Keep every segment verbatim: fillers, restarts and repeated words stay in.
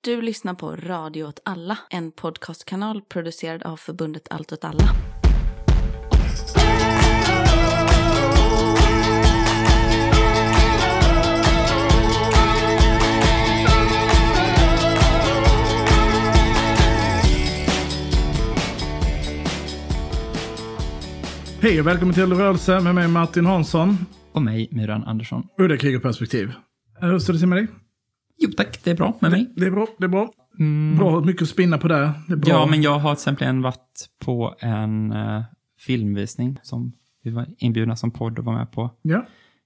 Du lyssnar på Radio åt alla, en podcastkanal producerad av förbundet Allt åt alla. Hej och välkommen till Rörelse med mig Martin Hansson. Och mig Myran Andersson. Udda krig och perspektiv. Hur står det till med dig? Jo tack, det är bra med mig. Det är bra, det är bra. Mm. Bra, mycket att spinna på det. Det är bra. Ja, men jag har till exempel varit på en uh, filmvisning som vi var inbjudna som podd att vara med på. Ja.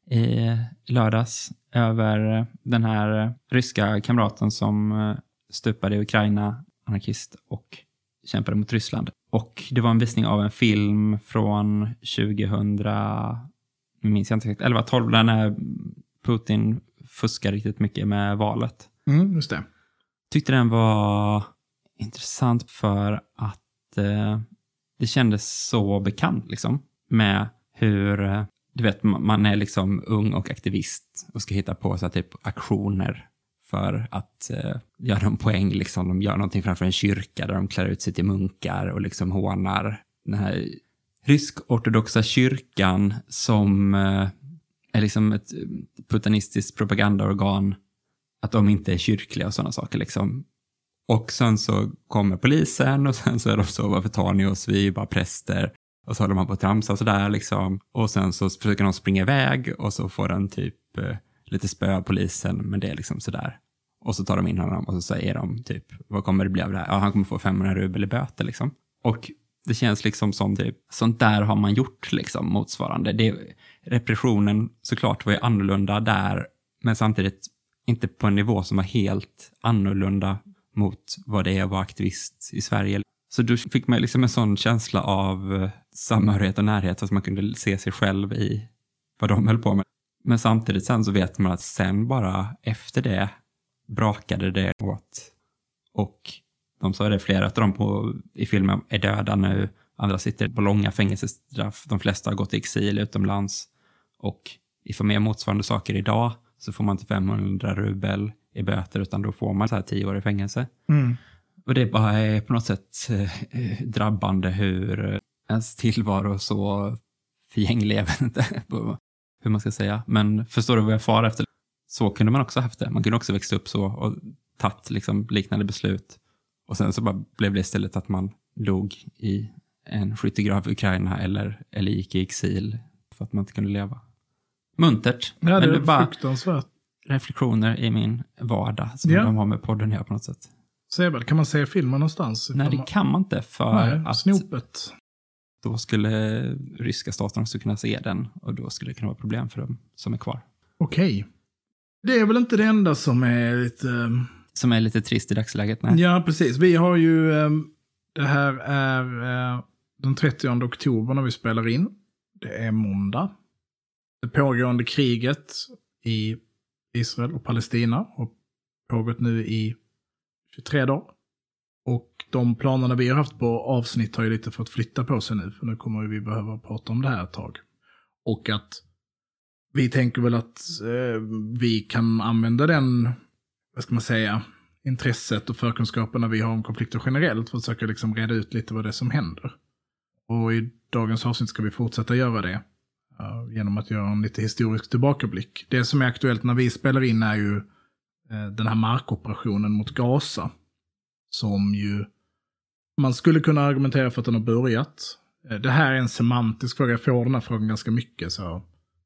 I lördags över den här ryska kamraten som uh, stupade i Ukraina, anarkist och kämpade mot Ryssland. Och det var en visning av en film från tjugohundra, minns jag inte, elva tolv, där när Putin fuskar riktigt mycket med valet. Mm, just det. Tyckte den var intressant för att eh, det kändes så bekant liksom, med hur, eh, du vet, man är liksom ung och aktivist och ska hitta på så här, typ aktioner för att eh, göra en poäng liksom. De gör någonting framför en kyrka där de klär ut sig till munkar och liksom hånar den här rysk-ortodoxa kyrkan som eh, är liksom ett putanistiskt propagandaorgan, att de inte är kyrkliga och sådana saker liksom. Och sen så kommer polisen och sen så är de så, varför tar ni oss, vi är bara präster. Och så håller man på att tramsa sådär liksom. Och sen så försöker de springa iväg och så får den typ eh, lite spö av polisen, men det är liksom sådär. Och så tar de in honom och så säger de typ, vad kommer det bli av det här? Ja, han kommer få femhundra rubel i böter liksom. Och det känns liksom som typ, sånt där har man gjort liksom motsvarande. Det, repressionen såklart var ju annorlunda där, men samtidigt inte på en nivå som var helt annorlunda mot vad det är att vara aktivist i Sverige. Så då fick man liksom en sån känsla av samhörighet och närhet, så att man kunde se sig själv i vad de höll på med. Men samtidigt sen så vet man att sen bara efter det brakade det åt. Och de sa det, flera av dem på, i filmen är döda nu. Andra sitter på långa fängelsestraff. De flesta har gått i exil utomlands. Och ifall man gör motsvarande saker idag så får man inte femhundra rubel i böter, utan då får man så här tio år i fängelse. Mm. Och det bara är på något sätt eh, drabbande hur ens tillvaro så förgänglig, jag vet inte hur man ska säga. Men förstår du vad jag far efter? Så kunde man också haft det. Man kunde också växa upp så och tagit liksom liknande beslut. Och sen så bara blev det istället att man låg i en skyttegrav i Ukraina eller, eller gick i exil för att man inte kunde leva. Muntert. Ja, det är det bara fruktansvärt. Reflektioner i min vardag som ja. de har med podden här på något sätt. Sebel, kan man se filmen någonstans? Nej, det kan man inte, för Nej, att snopet. Då skulle ryska staten också kunna se den, och då skulle det kunna vara problem för dem som är kvar. Okej. Det är väl inte det enda som är lite... Um... Som är lite trist i dagsläget, nej. Ja, precis. Vi har ju... Um, det här är uh, den trettionde oktober när vi spelar in. Det är måndag. Det pågående kriget i Israel och Palestina har pågått nu i tjugotre dagar. Och de planerna vi har haft på avsnitt har ju lite fått flytta på sig nu. För nu kommer vi behöva prata om det här ett tag. Och att vi tänker väl att eh, vi kan använda den, vad ska man säga, intresset och förkunskaperna vi har om konflikter generellt för att försöka liksom reda ut lite vad det är som händer. Och i dagens avsnitt ska vi fortsätta göra det uh, genom att göra en lite historisk tillbakablick. Det som är aktuellt när vi spelar in är ju uh, den här markoperationen mot Gaza, som ju man skulle kunna argumentera för att den har börjat. Uh, det här är en semantisk fråga, jag får den här frågan ganska mycket, så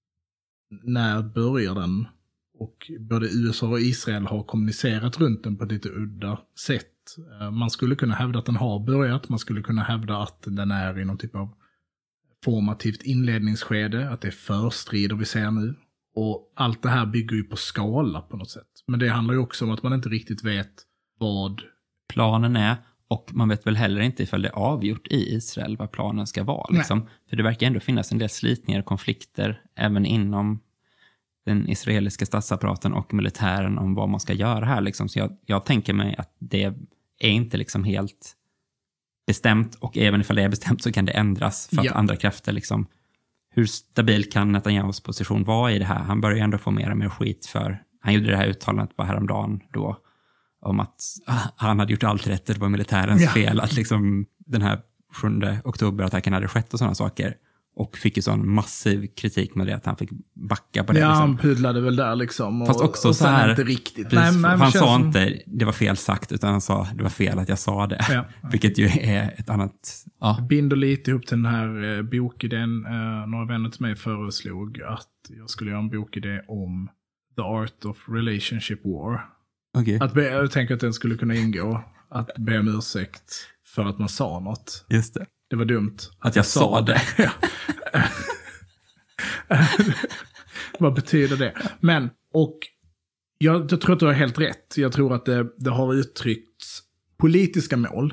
när börjar den? Och både U S A och Israel har kommunicerat runt den på ett lite udda sätt. Man skulle kunna hävda att den har börjat. Man skulle kunna hävda att den är i någon typ av formativt inledningsskede. Att det är förstrider vi ser nu. Och allt det här bygger ju på skala på något sätt. Men det handlar ju också om att man inte riktigt vet vad planen är. Och man vet väl heller inte ifall det är avgjort i Israel vad planen ska vara. Liksom. För det verkar ändå finnas en del slitningar och konflikter även inom den israeliska statsapparaten och militären om vad man ska göra här. Liksom. Så jag, jag tänker mig att det är inte liksom helt bestämt, och även ifall det är bestämt så kan det ändras för att ja. andra krafter liksom, hur stabil kan Netanyahus position vara i det här? Han börjar ändå få mer och mer skit för, han gjorde det här uttalandet bara häromdagen då om att ah, han hade gjort allt rätt, det var militärens Ja. fel att liksom den här sjunde oktober-attacken hade skett och sådana saker. Och fick ju sån massiv kritik med det att han fick backa på det. Ja, liksom. han pudlade väl där liksom. Och, Fast också och så här, inte riktigt. Precis, Nej, men han känns sa som... inte det var fel sagt, utan han sa det var fel att jag sa det. Ja. Vilket ju är ett annat... Ja. Binder lite ihop till den här eh, bokidén. Eh, några vänner till mig föreslog att jag skulle göra en bokidé om The Art of Relationship War. Okej, Att be, jag tänker att den skulle kunna ingå att be om ursäkt för att man sa något. just det. Det var dumt. Att, Att jag sa det. Ja. Vad betyder det? Men, och jag, jag tror att du har helt rätt. Jag tror att det, det har uttryckts politiska mål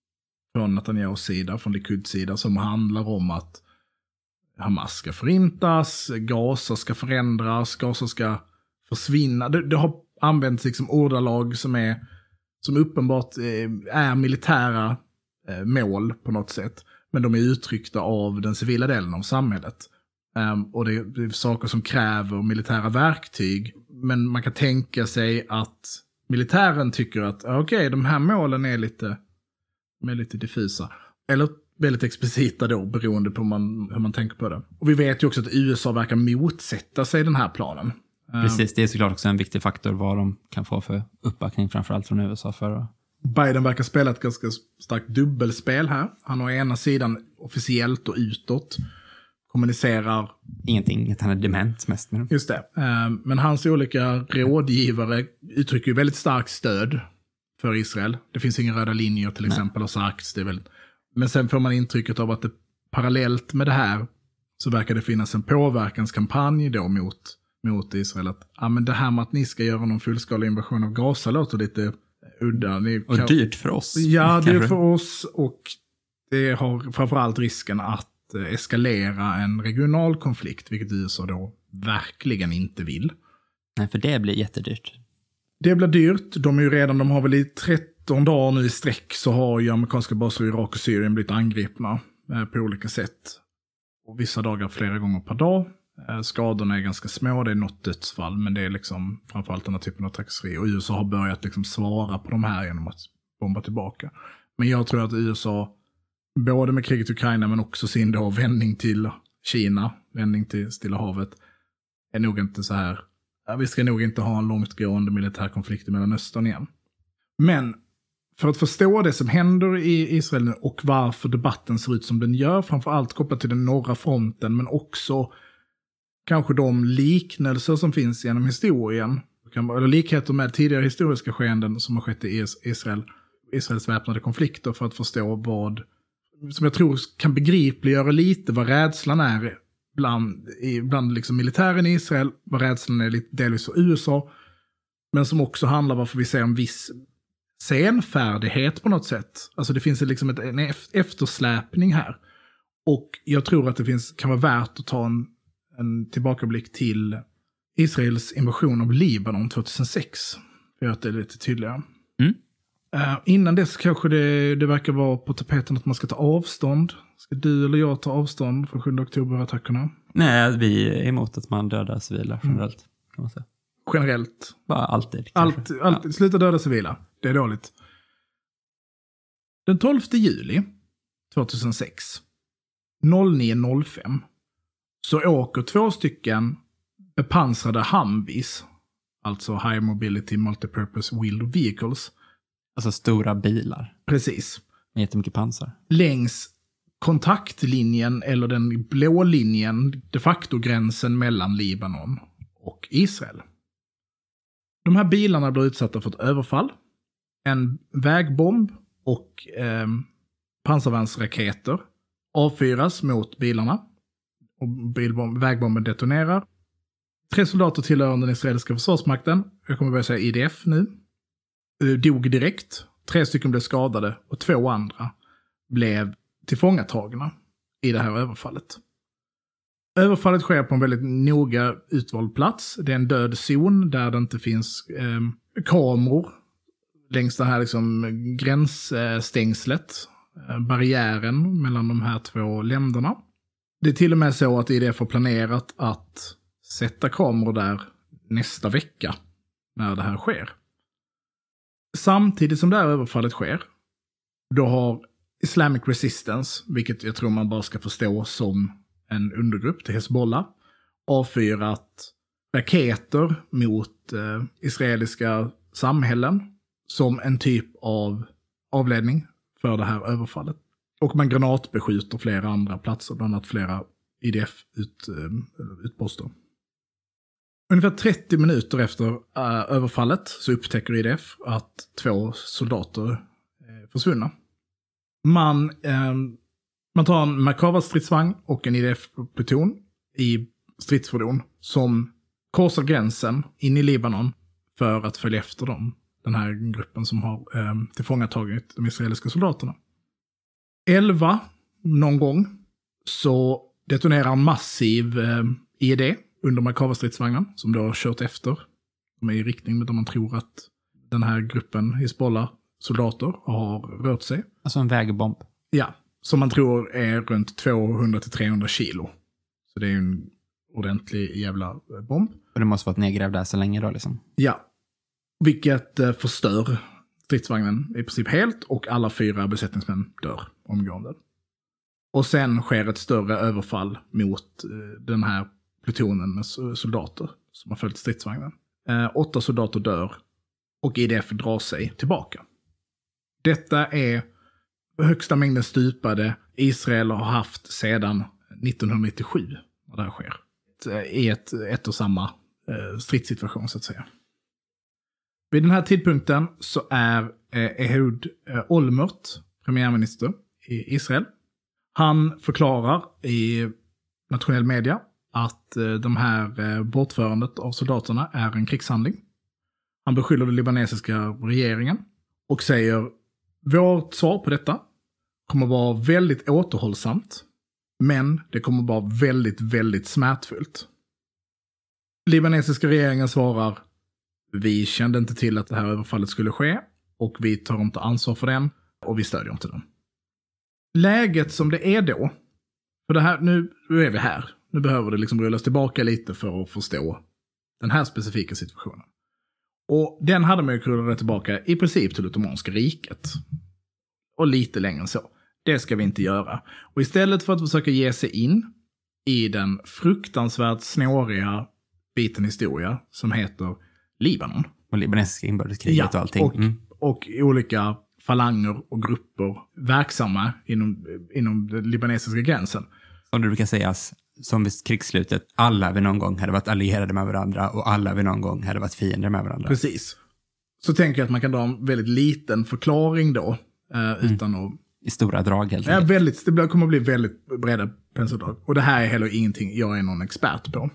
från Netanyahus sida, från Likuds sida, som handlar om att Hamas ska förintas, Gaza ska förändras, Gaza ska försvinna. Det, det har använts liksom ordalag som är som uppenbart är militära mål på något sätt. Men de är uttryckta av den civila delen av samhället. Um, och det är, det är saker som kräver militära verktyg. Men man kan tänka sig att militären tycker att okej, okay, de här målen är lite, de är lite diffusa. Eller väldigt explicita då, beroende på man, hur man tänker på det. Och vi vet ju också att U S A verkar motsätta sig den här planen. Precis, det är såklart också en viktig faktor vad de kan få för uppbackning, framförallt från U S A för. Biden verkar spela ett ganska starkt dubbelspel här. Han har ena sidan officiellt och utåt kommunicerar... Ingenting, att han är dement mest med dem. Just det. Men hans olika rådgivare uttrycker ju väldigt starkt stöd för Israel. Det finns inga röda linjer till exempel, har sagts. Det är väl... Men sen får man intrycket av att det parallellt med det här så verkar det finnas en påverkanskampanj då mot, mot Israel. Att ah, men det här med att ni ska göra någon fullskalig invasion av Gaza låter lite udda. Ni och kan... dyrt för oss. Ja, det är för oss, och det har framförallt risken att eskalera en regional konflikt, vilket U S A då verkligen inte vill. Nej, för det blir jättedyrt. Det blir dyrt. De är ju redan, de har väl i tretton dagar nu i sträck så har ju amerikanska baser i Irak och Syrien blivit angripna eh, på olika sätt. Och vissa dagar flera gånger per dag. Eh, skadorna är ganska små, det är något dödsfall, men det är liksom framförallt den här typen av trakasserier. Och U S A har börjat liksom svara på de här genom att bomba tillbaka. Men jag tror att U S A, både med kriget i Ukraina men också sin då vändning till Kina, vändning till Stilla havet, är nog inte så här. Ja, vi ska nog inte ha en långtgående militär konflikt i Mellanöstern igen. Men för att förstå det som händer i Israel nu och varför debatten ser ut som den gör, framförallt kopplat till den norra fronten, men också kanske de liknelser som finns genom historien, eller likheter med tidigare historiska skeenden som har skett i Israel, Israels väpnade konflikter, för att förstå vad, som jag tror kan begripliggöra lite vad rädslan är bland, bland liksom militären i Israel, vad rädslan är lite delvis för U S A, men som också handlar varför vi ser en viss senfärdighet på något sätt. Alltså det finns liksom ett, en eftersläpning här. Och jag tror att det finns, kan vara värt att ta en, en tillbakablick till Israels invasion av Libanon tjugohundrasex. För att det är lite tydligare. Mm. Uh, innan dess kanske det, det verkar vara på tapeten att man ska ta avstånd. Ska du eller jag ta avstånd från sjunde oktober-attackerna? Nej, vi är emot att man dödar civila generellt, mm. kan man säga. Generellt? Bara alltid. Allt, alltid. Ja. Sluta döda civila. Det är dåligt. Den tolfte juli tjugohundrasex, nio noll fem, så åker två stycken bepansrade Humvees, alltså High Mobility Multipurpose Wheeled Vehicles. Alltså stora bilar. Precis. Med jättemycket pansar. Längs kontaktlinjen, eller den blå linjen, de facto gränsen mellan Libanon och Israel. De här bilarna blir utsatta för ett överfall, en vägbomb och eh, pansarvärnsraketer avfyras mot bilarna och bilbomb, vägbomben detonerar. Tre soldater tillhör den israeliska försvarsmakten, jag kommer börja säga I D F nu, dog direkt. Tre stycken blev skadade och två andra blev tillfångatagna i det här överfallet. Överfallet sker på en väldigt noga utvald plats. Det är en död zon där det inte finns eh, kameror längs det här liksom gränsstängslet, eh, barriären mellan de här två länderna. Det är till och med så att I D F har planerat att sätta kameror där nästa vecka när det här sker. Samtidigt som det här överfallet sker, då har Islamic Resistance, vilket jag tror man bara ska förstå som en undergrupp till Hezbollah, avfyrat raketer mot eh, israeliska samhällen som en typ av avledning för det här överfallet. Och man granatbeskjuter flera andra platser, bland annat flera I D F-utposter. Ut, Ungefär trettio minuter efter uh, överfallet så upptäcker I D F att två soldater är försvunna. Man, eh, man tar en Merkava-stridsvagn och en I D F-pluton i stridsfordon som korsar gränsen in i Libanon för att följa efter dem. Den här gruppen som har eh, tillfångatagit de israeliska soldaterna. elva någon gång så detonerar en massiv eh, I E D under Merkava-stridsvagnen som då har kört efter. De är i riktning med om man tror att den här gruppen Hezbollah soldater har rört sig. Alltså en vägbomb. Ja, som man tror är runt tvåhundra till trehundra kilo. Så det är ju en ordentlig jävla bomb. Och det måste varit nedgrävd där så länge då liksom. Ja, vilket eh, förstör stridsvagnen i princip helt och alla fyra besättningsmän dör omgående. Och sen sker ett större överfall mot eh, den här plutonen med soldater som har följt stridsvagnen. Eh, åtta soldater dör och I D F drar sig tillbaka. Detta är högsta mängden stupade Israel har haft sedan nittonhundranittiosju när det här sker. I ett, ett och samma eh, stridssituation så att säga. Vid den här tidpunkten så är eh, Ehud eh, Olmert premiärminister i Israel. Han förklarar i nationell media att eh, de här eh, bortförandet av soldaterna är en krigshandling. Han beskyller den libanesiska regeringen och säger vårt svar på detta kommer vara väldigt återhållsamt, men det kommer vara väldigt, väldigt smärtfullt. Libanesiska regeringen svarar vi kände inte till att det här överfallet skulle ske och vi tar inte ansvar för den och vi stödjer inte den. Läget som det är då, för det här, nu, nu är vi här, nu behöver det liksom rullas tillbaka lite för att förstå den här specifika situationen. Och den hade man ju kunnat tillbaka i princip till Ottomanska riket. Och lite längre än så. Det ska vi inte göra. Och istället för att försöka ge sig in i den fruktansvärt snåriga biten historia som heter Libanon. Och libanesiska inbördeskriget ja, och allting. Och, mm. och olika falanger och grupper verksamma inom, inom den libanesiska gränsen. Som det brukar sägas, som vid krigsslutet, alla vi någon gång hade varit allierade med varandra och alla vi någon gång hade varit fiender med varandra. Precis. Så tänker jag att man kan dra en väldigt liten förklaring då. Eh, mm. Utan att... I stora drag helt enkelt. Ja, väldigt, det kommer att bli väldigt breda penseldrag. Och det här är heller ingenting jag är någon expert på.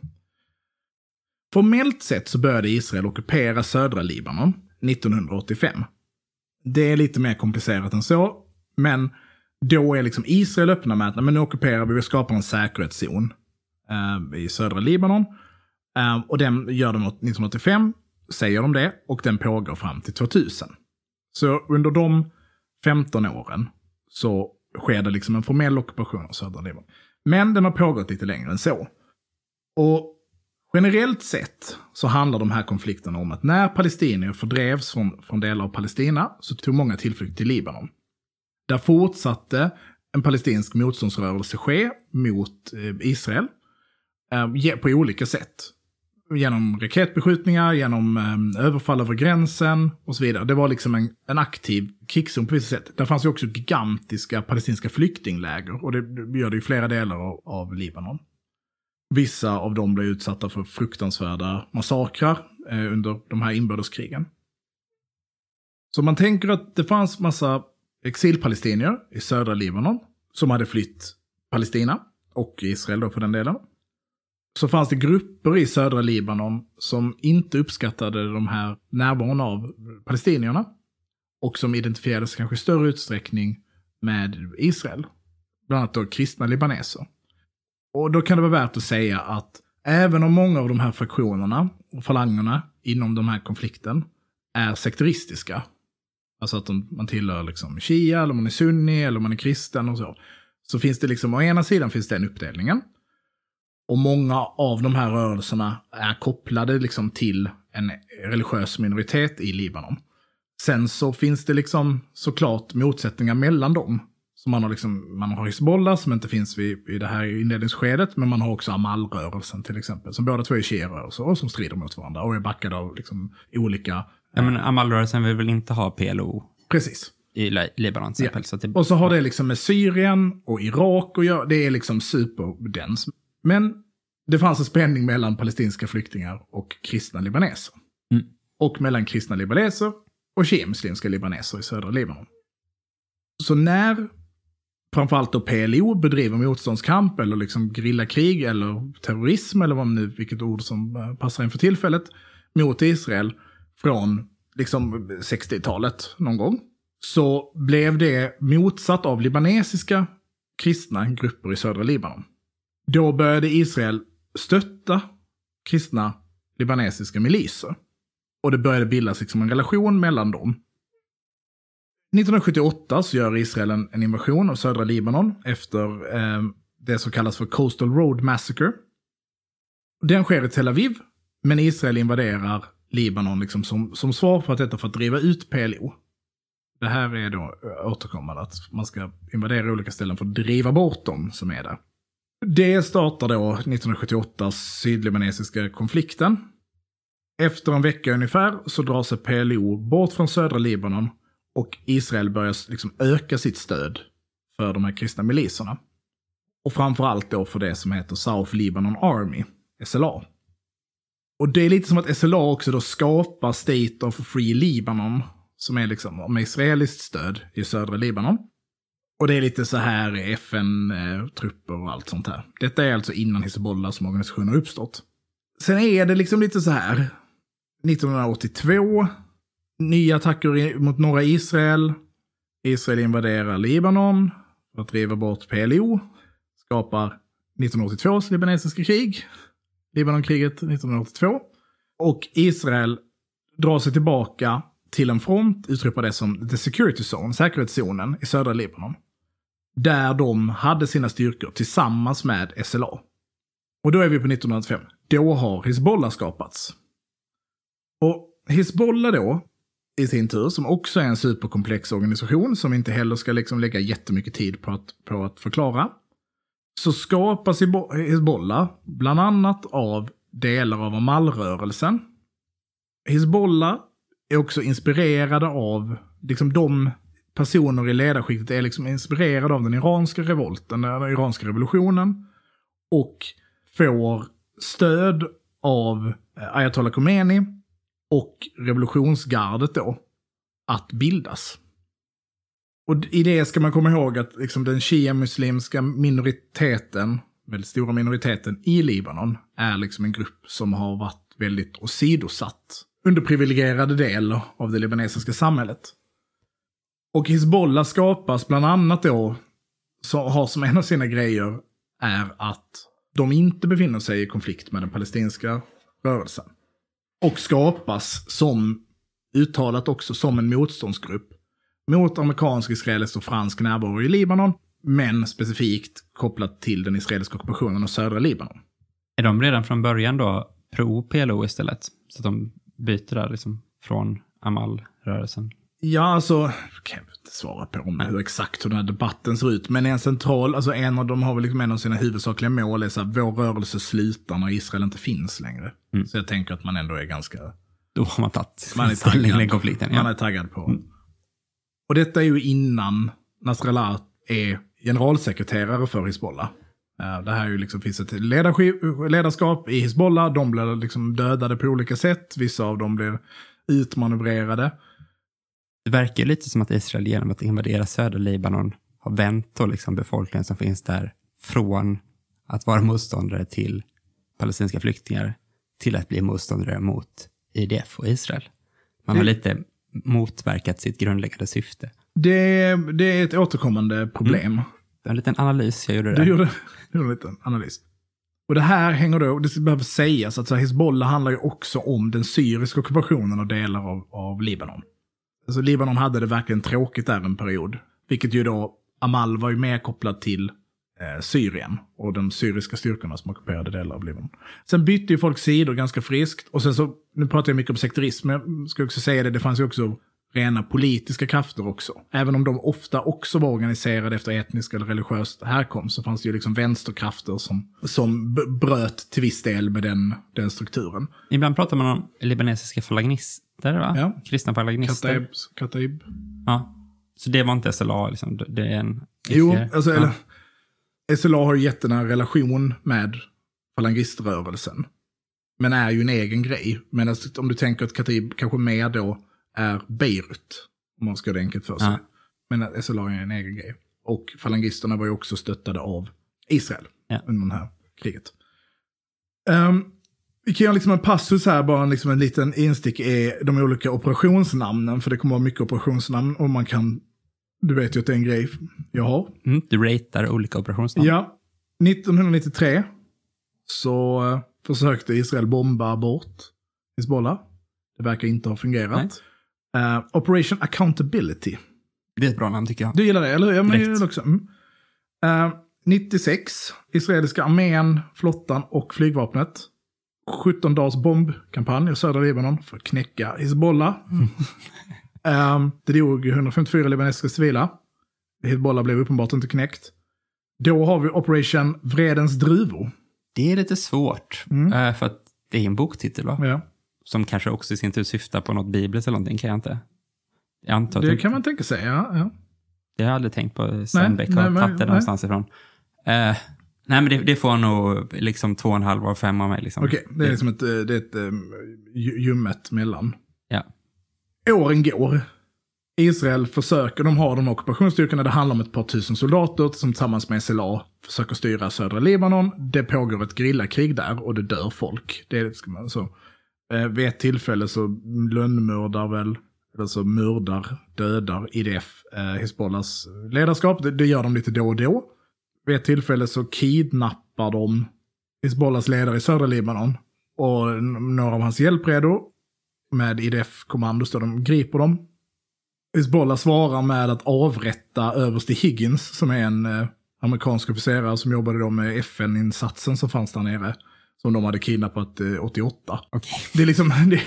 Formellt sett så började Israel ockupera södra Libanon nittonhundraåttiofem. Det är lite mer komplicerat än så. Men då är liksom Israel öppna med att men nu ockuperar vi, vi skapar en säkerhetszon eh, i södra Libanon. Eh, och den gör de nittonhundraåttiofem, säger de det. Och den pågår fram till tvåtusen. Så under de femton åren så sker det liksom en formell ockupation av södra Libanon. Men den har pågått lite längre än så. Och generellt sett så handlar de här konflikterna om att när palestinier fördrevs från, från delar av Palestina så tog många tillflykt till Libanon. Där fortsatte en palestinsk motståndsrörelse ske mot eh, Israel eh, på olika sätt. Genom raketbeskjutningar, genom eh, överfall över gränsen och så vidare. Det var liksom en, en aktiv krigszon på vissa sätt. Där fanns ju också gigantiska palestinska flyktingläger och det gör det i flera delar av, av Libanon. Vissa av dem blev utsatta för fruktansvärda massakrar eh, under de här inbördeskrigen. Så man tänker att det fanns massa exilpalestinier i södra Libanon som hade flytt Palestina och Israel då för den delen. Så fanns det grupper i södra Libanon som inte uppskattade de här närvaron av palestinierna och som identifierades kanske i större utsträckning med Israel. Bland annat då kristna libaneser. Och då kan det vara värt att säga att även om många av de här fraktionerna och falangerna inom de här konflikten är sekteristiska, alltså att de, man tillhör liksom shia, eller man är sunni, eller man är kristen och så, så finns det liksom, å ena sidan finns den uppdelningen. Och många av de här rörelserna är kopplade liksom till en religiös minoritet i Libanon. Sen så finns det liksom såklart motsättningar mellan dem. Så man har liksom, man har Hizbollah som inte finns vid, i det här inledningsskedet, men man har också Amal-rörelsen till exempel, som båda två är shia-rörelser och som strider mot varandra och är backade av liksom olika... Ja, men Amal-rörelsen vill väl inte ha P L O? Precis. I Libanon till exempel. Ja. Så det... Och så har det liksom med Syrien och Irak och gör, det är liksom superdens. Men det fanns en spänning mellan palestinska flyktingar och kristna libaneser. Mm. Och mellan kristna libaneser och shia-muslimska libaneser i södra Libanon. Så när framförallt då P L O bedriver motståndskamp eller liksom grillakrig eller terrorism eller vad nu, vilket ord som passar in för tillfället, mot Israel från liksom sextiotalet någon gång, så blev det motsatt av libanesiska kristna grupper i södra Libanon. Då började Israel stötta kristna libanesiska miliser. Och det började bildas liksom en relation mellan dem. nittonhundrasjuttioåtta så gör Israel en, en invasion av södra Libanon efter eh, det som kallas för Coastal Road Massacre. Den sker i Tel Aviv, men Israel invaderar Libanon liksom som, som svar på att detta för att driva ut P L O. Det här är då återkommande att man ska invadera olika ställen för att driva bort dem som är där. Det startar då nittonhundrasjuttioåtta sydlibanesiska konflikten. Efter en vecka ungefär så drar sig P L O bort från södra Libanon och Israel börjar liksom öka sitt stöd för de här kristna miliserna. Och framförallt då för det som heter South Lebanon Army, S L A. Och det är lite som att S L A också då skapar State of Free Libanon, som är liksom med israeliskt stöd i södra Libanon. Och det är lite så här F N-trupper och allt sånt här. Detta är alltså innan Hizbollah som organisation har uppstått. Sen är det liksom lite så här. nittonhundraåttiotvå, nya attacker mot norra Israel. Israel invaderar Libanon för att driva bort P L O. Skapar nittonhundraåttiotvås libanesiska krig. Libanonkriget nittonhundraåttiotvå. Och Israel drar sig tillbaka till en front, uttrycker det som the security zone, säkerhetszonen i södra Libanon. Där de hade sina styrkor tillsammans med S L A. Och då är vi på nittonhundrafem. Då har Hizbollah skapats. Och Hizbollah då, i sin tur, som också är en superkomplex organisation som inte heller ska liksom lägga jättemycket tid på att, på att förklara, så skapas Hizbollah bland annat av delar av Amal-rörelsen. Hizbollah är också inspirerade av, liksom de personer i ledarskiktet är liksom inspirerade av den iranska revolten, den iranska revolutionen, och får stöd av Ayatollah Khomeini och revolutionsgardet då att bildas. Och i det ska man komma ihåg att liksom den shia-muslimska minoriteten, väldigt stora minoriteten i Libanon, är liksom en grupp som har varit väldigt åsidosatt, underprivilegierade del av det libanesiska samhället. Och Hizbollah skapas bland annat då, som har som en av sina grejer är att de inte befinner sig i konflikt med den palestinska rörelsen. Och skapas som, uttalat också som en motståndsgrupp mot amerikansk, israelisk och fransk närvaro i Libanon, men specifikt kopplat till den israeliska ockupationen av södra Libanon. Är de redan från början då pro-P L O istället? Så att de byter där liksom från Amal-rörelsen? Ja, alltså, jag kan inte svara på om hur exakt hur den här debatten ser ut, men en central, alltså en av dem har väl liksom en av sina huvudsakliga mål är så att vår rörelse slutar när Israel inte finns längre. Mm. Så jag tänker att man ändå är ganska... Då har man tagit man är taggad, i konflikten. Ja. Man är taggad på. Mm. Och detta är ju innan Nasrallah är generalsekreterare för Hizbollah. Det här är ju liksom, finns ett ledarskap i Hizbollah. De blir liksom dödade på olika sätt. Vissa av dem blir utmanövrerade. Det verkar lite som att Israel genom att invadera södra Libanon har vänt och liksom befolkningen som finns där från att vara motståndare till palestinska flyktingar till att bli motståndare mot I D F och Israel. Man har det, lite motverkat sitt grundläggande syfte. Det, det är ett återkommande problem. Mm. Det är en liten analys jag gjorde där. Du gjorde, du gjorde en liten analys. Och det här hänger då, det behöver sägas att så Hizbollah handlar ju också om den syriska ockupationen och delar av, av Libanon. Alltså Libanon hade det verkligen tråkigt där en period. Vilket ju då, Amal var ju mer kopplad till eh, Syrien och de syriska styrkorna som ockuperade delar av Libanon. Sen bytte ju folk sidor ganska friskt. Och sen så, nu pratar jag mycket om sekterism, men jag ska också säga det, det fanns ju också rena politiska krafter också. Även om de ofta också var organiserade efter etnisk eller religiös härkomst så fanns det ju liksom vänsterkrafter som, som b- bröt till viss del med den, den strukturen. Ibland pratar man om libanesiska falangister, va? Ja. Kristna falangister. Kataib. Kataib. Ja. Så det var inte S L A, liksom. Det är en... Jo, alltså, ja. eller, S L A har ju jättenära relation med falangiströrelsen. Men är ju en egen grej. Men alltså, om du tänker att Kataib kanske mer då är Beirut. Om man ska göra det enkelt för sig. Ja. Men att S L A är en egen grej. Och falangisterna var ju också stöttade av Israel ja. under det här kriget. Um, vi kan göra liksom en passus här, bara liksom en liten instick i de olika operationsnamnen. För det kommer vara mycket operationsnamn och man kan, du vet ju att det är en grej jag har. Mm, du ratear olika operationsnamn. Ja, nittonhundranittiotre så uh, försökte Israel bomba bort Hezbollah. Det verkar inte ha fungerat. Uh, Operation Accountability. Det är ett bra namn tycker jag. Du gillar det, eller hur? Ja, men jag Direkt. gillar det också. Mm. Uh, nittiosex, israeliska armén, flottan och flygvapnet. sjutton dagars bombkampanj i södra Libanon för att knäcka Hezbollah. Mm. um, det dog hundrafemtiofyra libanesiska civila. Hezbollah blev uppenbart inte knäckt. Då har vi Operation Vredens druvor. Det är lite svårt. Mm. Uh, för att det är en boktitel, va? Ja. Som kanske också i sin tur syftar på något bibliskt eller någonting, kan jag inte. Jag antar Det att kan man tänka sig, ja. ja. Jag har aldrig tänkt på Sandbeck nej, och nej, tagit det nej. någonstans ifrån. Uh, nej, men det, det får nog liksom två och en halv av fem av mig. Liksom. Okej, okay, det är liksom ett, det är ett um, ljummet mellan. Ja. Åren går. Israel försöker, de har de ockupationsstyrkorna, det handlar om ett par tusen soldater som tillsammans med S L A försöker styra södra Libanon. Det pågår ett gerillakrig där och det dör folk. Det är ska man så. Eh, vid ett tillfälle så lönnmördar väl, eller så mördar, dödar I D F eh, Hezbollahs ledarskap. Det, det gör de lite då och då. Vid ett tillfälle så kidnappar de Hezbollahs ledare i södra Libanon och n- några av hans hjälpredor med I D F-kommando så de griper dem. Hezbollah svarar med att avrätta överste Higgins som är en eh, amerikansk officerare som jobbade då med F N-insatsen som fanns där nere. Som de hade kidnappat eh, åttioåtta. Okay. Det är liksom, det,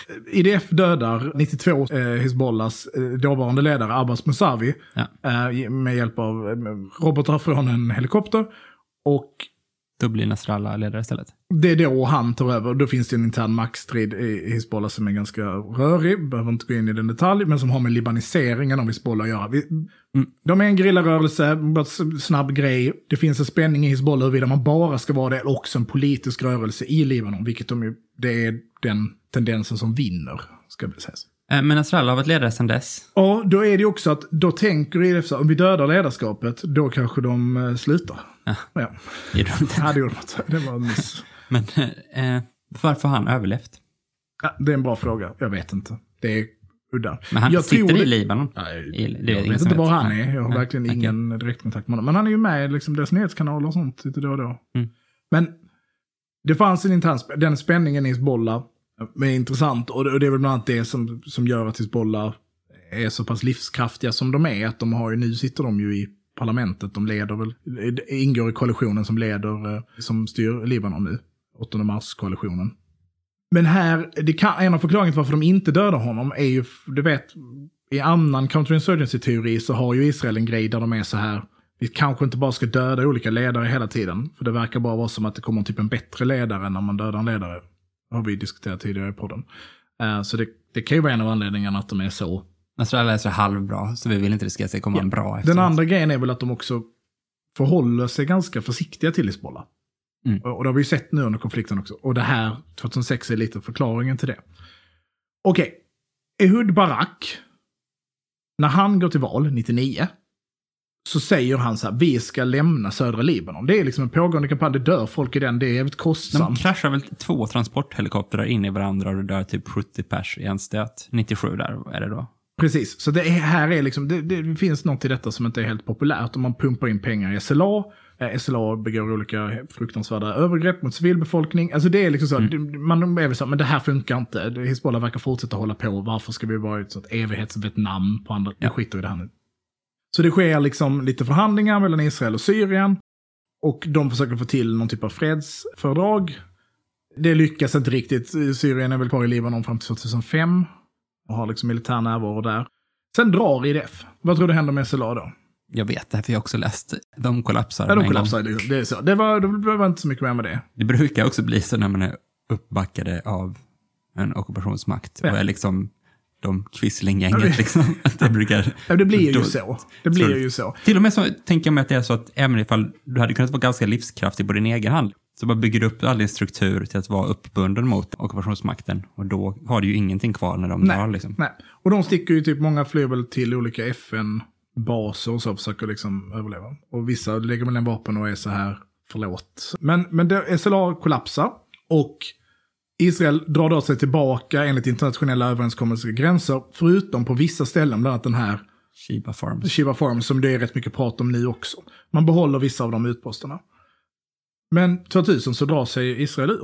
I D F dödar nittiotvå eh, Hezbollahs eh, dåvarande ledare Abbas Mousavi Ja. eh, med hjälp av eh, robotar från en helikopter. Och Då blir Nasrallah ledare istället. det är då han tar över. Då finns det en intern maktstrid i Hezbollah som är ganska rörig. Behöver inte gå in i den detalj. Men som har med libaniseringen av Hezbollah att göra. Vi, mm. De är en grillarrörelse. Bara snabb grej. Det finns en spänning i Hezbollah huruvida man bara ska vara det. Eller också en politisk rörelse i Libanon. Vilket de ju, det är den tendensen som vinner. Ska vi säga. Men Nasrallah har varit ledare sedan dess. Ja, då är det också att då tänker I D F så om vi dödar ledarskapet. Då kanske de uh, slutar. Ja. Ja. Det gjorde de inte. Ja, det gjorde de inte. Det var en miss. Men eh, varför har han överlevt? Ja, det är en bra fråga. Jag vet inte. Det är udda. Men han jag sitter tror i det... Libanon. Ja, jag, I, det jag vet inte var han är. Jag har Nej. verkligen Okay. ingen direktkontakt med honom. Men han är ju med i liksom, deras nyhetskanaler och sånt lite då och då. Mm. Men det fanns en intern spä- den spänningen i Hezbollah är intressant. Och det, och det är väl bland annat det som, som gör att Hezbollah är så pass livskraftiga som de är. Att de har ju, nu sitter de ju i parlamentet. De leder väl, ingår i koalitionen som leder, som styr Libanon nu. åttonde mars-koalitionen. Men här, det kan, en av förklaringen till varför de inte dödar honom är ju, du vet, i annan counterinsurgency-teori så har ju Israel en grej där de är så här, vi kanske inte bara ska döda olika ledare hela tiden. För det verkar bara vara som att det kommer typ en bättre ledare när man dödar en ledare. Det har vi diskuterat tidigare i podden. Uh, så det, det kan ju vara en av anledningarna att de är så. Nasrallah är så halvbra, så vi vill inte riskera att det kommer Ja. en bra efter. Den andra grejen är väl att de också förhåller sig ganska försiktiga till Hezbollah. Mm. Och det har vi ju sett nu under konflikten också. Och det här, tjugohundrasex, är lite förklaringen till det. Okej. Ehud Barak, när han går till val, nittionio, så säger han så här, vi ska lämna södra Libanon. Det är liksom en pågående kampanj, det dör folk i den, det är jävligt De kostsamt. kraschar väl två transporthelikoptrar in i varandra och det dör typ sjuttio pers i en stöt. nittiosju där är det då. Precis, så det är, här är liksom, det, det finns något i detta som inte är helt populärt. Om man pumpar in pengar i S L A, eh, S L A begår olika fruktansvärda övergrepp mot civilbefolkning. Alltså det är liksom så, mm. man är väl så, men det här funkar inte. Hezbollah verkar fortsätta hålla på. Varför ska vi vara ett sånt evighets-Vietnam på andra? Ja. Vi skiter i det här nu. Så det sker liksom lite förhandlingar mellan Israel och Syrien. Och de försöker få till någon typ av fredsfördrag. Det lyckas inte riktigt. Syrien är väl kvar i Libanon fram till tvåtusenfem. och har liksom militär närvaro där. Sen drar I D F. Vad tror du händer med S L A då? Jag vet det, för jag har också läst. De kollapsar. Ja, de kollapsar. Det, det är så. Det var, det var inte så mycket mer med det. Det brukar också bli så när man är uppbackade av en ockupationsmakt. Ja. Och är liksom de Quisling-gänget. Ja, liksom. Det brukar... Ja, det blir ju så. Det blir så, ju så. Till och med så tänker jag mig att det är så att även ifall du hade kunnat vara ganska livskraftig på din egen hand, så bara bygger du upp all din struktur till att vara uppbunden mot ockupationsmakten. Och då har du ju ingenting kvar när de nej, drar. Liksom. Nej, och de sticker ju typ, många flyr väl till olika F N-baser och så försöker liksom överleva. Och vissa lägger väl en vapen och är så här, förlåt. Men, men det, S L A kollapsar och Israel drar då sig tillbaka enligt internationella överenskommelser och gränser, förutom på vissa ställen, bland annat den här Sheba Farms. Sheba Farms, som det är rätt mycket prat om nu också. Man behåller vissa av de utposterna. Men tvåtusen så drar sig Israel ur.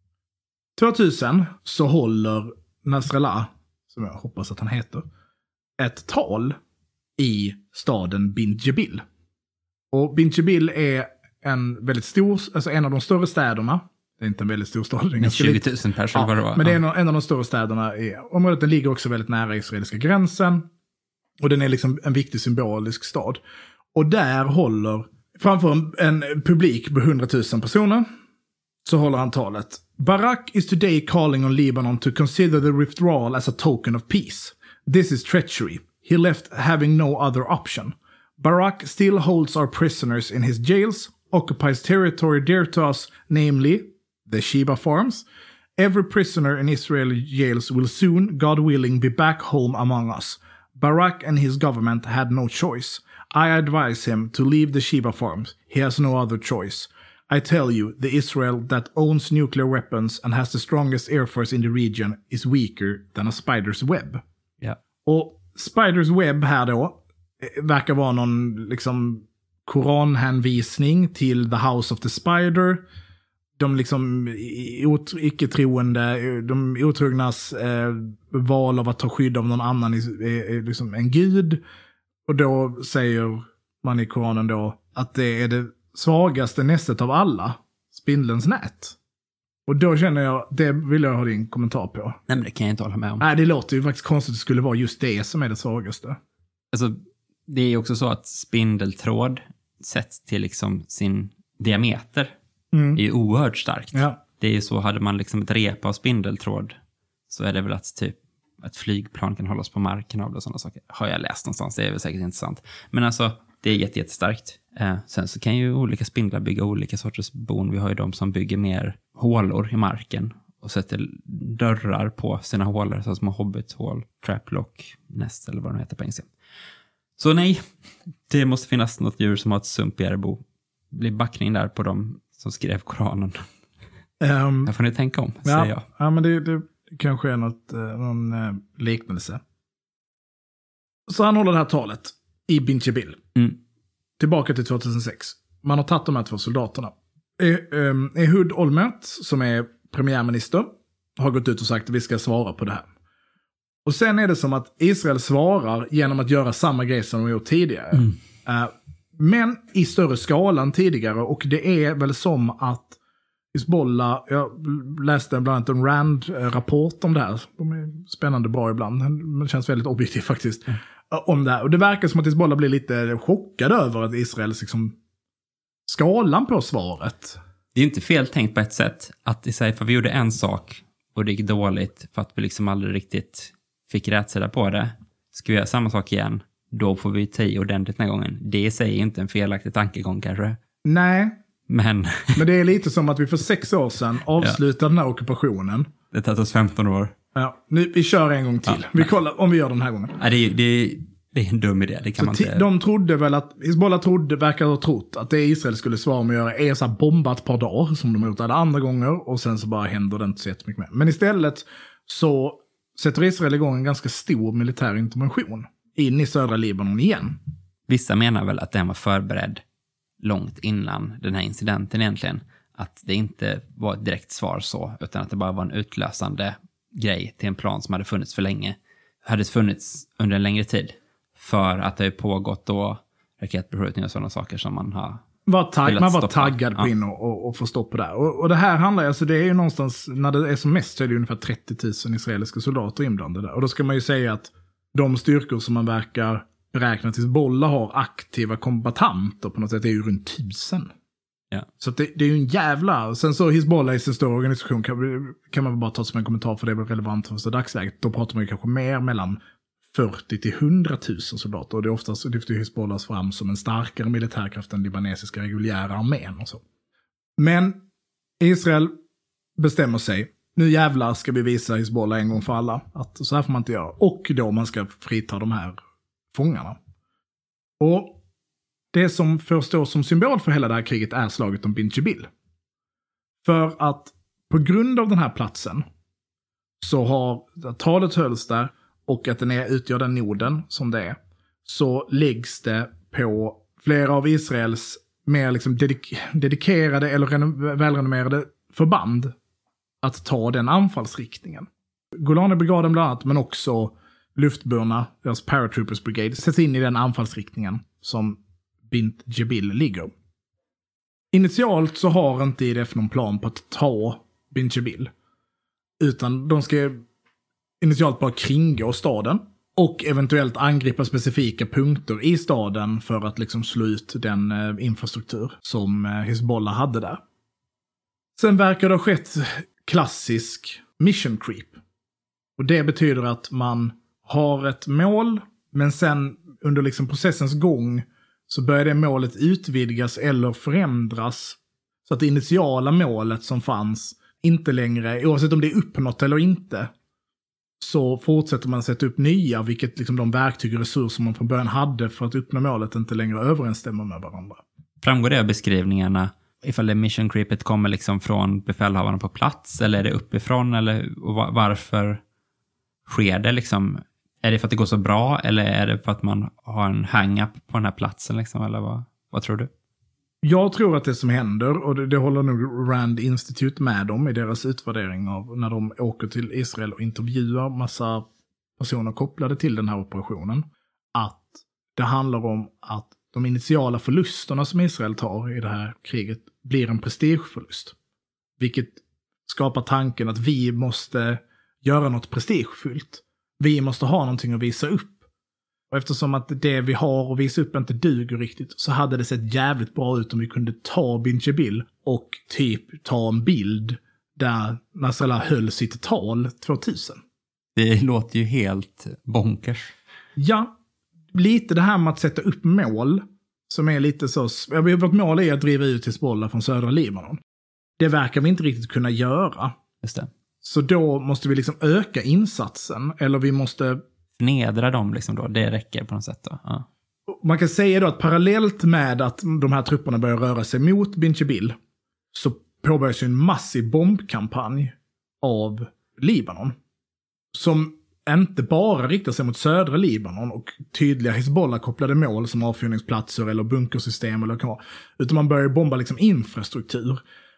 tvåtusen så håller Nasrallah, som jag hoppas att han heter, ett tal i staden Bint Jebil. Och Bint Jebil är en väldigt stor, alltså en av de större städerna. Det är inte en väldigt stor stad. Det är tjugo tusen personer var det var. Men det är en, en av de större städerna i området. Den ligger också väldigt nära israeliska gränsen. Och den är liksom en viktig symbolisk stad. Och där håller, framför en, en publik på hundratusen personer, så håller han talet. Barak is today calling on Lebanon to consider the withdrawal as a token of peace. This is treachery. He left having no other option. Barak still holds our prisoners in his jails, occupies territory dear to us, namely the Sheba Farms. Every prisoner in Israeli jails will soon, God willing, be back home among us. Barak and his government had no choice. I advise him to leave the Sheba Farms. He has no other choice. I tell you, the Israel that owns nuclear weapons and has the strongest air force in the region is weaker than a spider's web. Yeah. Och spider's web här då verkar vara någon liksom koranhänvisning till The House of the Spider. De liksom icke-troende, de otrognas eh, val av att ta skydd av någon annan är, är, är liksom en gud. Och då säger man i Koranen då att det är det svagaste nästet av alla, spindelns nät. Och då känner jag, det vill jag ha din kommentar på. Nej, men det kan jag inte hålla med om. Nej, det låter ju faktiskt konstigt att det skulle vara just det som är det svagaste. Alltså, det är ju också så att spindeltråd sätts till liksom sin diameter. Mm. Det är ju oerhört starkt. Ja. Det är ju så, hade man liksom ett rep av spindeltråd, så är det väl att typ ett flygplan kan hållas på marken av det och sådana saker. Har jag läst någonstans, det är väl säkert intressant. Men alltså, det är jätte, jättestarkt. Eh, sen så kan ju olika spindlar bygga olika sorters bon. Vi har ju de som bygger mer hålor i marken och sätter dörrar på sina hålor, så små hobbithål, traplock, nest eller vad de heter på engelska. Så nej, det måste finnas något djur som har ett sumpigare bo. Det blir backning där på dem som skrev Koranen. Um, Där får ni tänka om, ja, säger jag. Ja, men det, det kanske är något, någon eh, liknelse. Så han håller det här talet i Bint Jebil. Mm. Tillbaka till tvåtusensex. Man har tagit de här två soldaterna. Ehud Olmert, som är premiärminister, har gått ut och sagt att vi ska svara på det här. Och sen är det som att Israel svarar genom att göra samma grej som de gjort tidigare. Mm. Uh, men i större skala än tidigare. Och det är väl som att Hizbollah, jag läste bland annat en Rand-rapport om det här. De är spännande bra ibland. Det känns väldigt objektivt faktiskt. Mm. Om det här. Och det verkar som att Hizbollah blir lite chockad över att Israels liksom skalan på svaret. Det är inte fel tänkt på ett sätt. Att i sig, för vi gjorde en sak och det gick dåligt för att vi liksom aldrig riktigt fick rätsida på det. Ska vi göra samma sak igen, då får vi ta i ordentligt den här gången. Det i sig är inte en felaktig tankegång kanske. Nej. Men, Men det är lite som att vi för sex år sedan avslutade ja. den här ockupationen. Det tar oss femton år. Ja, nu, vi kör en gång till. Ja, vi kollar om vi gör den här gången. Ja, det, är, det, är, det är en dum idé. Det kan man inte... De trodde väl att, Hizbollah trodde, verkar ha trott att det Israel skulle svara med att göra är så här bombat ett par dagar som de har gjort alla andra gånger. Och sen så bara händer det inte så jättemycket mer. Men istället så sätter Israel igång en ganska stor militär intervention in i södra Libanon igen. Vissa menar väl att den var förberedd långt innan den här incidenten egentligen. Att det inte var ett direkt svar så, utan att det bara var en utlösande grej till en plan som hade funnits för länge. Hade funnits under en längre tid. För att det har pågått då raketbeskjutningar och sådana saker som man har var tagg, man var taggad på ja. in och, och, och få stopp på det. Och, och det här handlar alltså, det är ju någonstans, när det är som mest så är det ungefär trettio tusen israeliska soldater inblandade där. Och då ska man ju säga att de styrkor som man verkar beräkna till Hizbollah har aktiva kombatanter på något sätt är ju runt tusen. Ja. Så det, det är ju en jävla... Sen så Hizbollah i sin stora organisation kan, kan man bara ta som en kommentar för det är väl relevant för dagsläget. Då pratar man ju kanske mer mellan fyrtio till hundra tusen soldater. Och det är oftast lyfter Hizbollahs fram som en starkare militärkraft än libanesiska reguljära armén och så. Men Israel bestämmer sig. Nu jävlar ska vi visa Hizbollah en gång för alla. Att så här får man inte göra. Och då man ska frita de här fångarna. Och det som förstås som symbol för hela det här kriget är slaget om Bint Jbeil. För att på grund av den här platsen så har talet hölls där och att den är, utgör den noden som det är, så läggs det på flera av Israels mer liksom dedik- dedikerade eller ren- välrenommerade förband att ta den anfallsriktningen. Golani-brigaden bland annat, men också luftburna, deras paratroopers brigade, sätts in i den anfallsriktningen som Bint Jbeil ligger. Initialt så har inte I D F någon plan på att ta Bint Jbeil. Utan de ska initialt bara kringgå staden och eventuellt angripa specifika punkter i staden för att liksom slå ut den eh, infrastruktur som eh, Hizbollah hade där. Sen verkar det ha skett klassisk mission creep. Och det betyder att man har ett mål, men sen under liksom processens gång så börjar det målet utvidgas eller förändras så att det initiala målet som fanns inte längre, oavsett om det är uppnått eller inte, så fortsätter man sätta upp nya, vilket liksom de verktyg och resurser man från början hade för att uppnå målet inte längre överensstämmer med varandra. Framgår det av beskrivningarna ifall det mission creepet kommer liksom från befälhavarna på plats eller är det uppifrån eller varför sker det liksom? Är det för att det går så bra eller är det för att man har en hang-up på den här platsen liksom, eller vad, vad tror du? Jag tror att det som händer, och det, det håller nog Rand Institute med om i deras utvärdering av när de åker till Israel och intervjuar massa personer kopplade till den här operationen, att det handlar om att de initiala förlusterna som Israel tar i det här kriget blir en prestigeförlust. Vilket skapar tanken att vi måste göra något prestigefullt. Vi måste ha någonting att visa upp. Och eftersom att det vi har att visa upp inte duger riktigt så hade det sett jävligt bra ut om vi kunde ta Bint Jbeil och typ ta en bild där Nasrallah höll sitt tal tvåtusen. Det låter ju helt bonkers. Ja, lite det här med att sätta upp mål som är lite så... Vårt mål är att driva ut Hizbollah från södra Libanon. Det verkar vi inte riktigt kunna göra. Just det. Så då måste vi liksom öka insatsen, eller vi måste... Nedra dem liksom då, det räcker på något sätt då. Ja. Man kan säga då att parallellt med att de här trupperna börjar röra sig mot Bint Jbeil så påbörjas ju en massiv bombkampanj av Libanon. Som inte bara riktar sig mot södra Libanon och tydliga Hizbollah-kopplade mål som avfyrningsplatser eller bunkersystem eller vad, utan man börjar bomba liksom infrastruktur.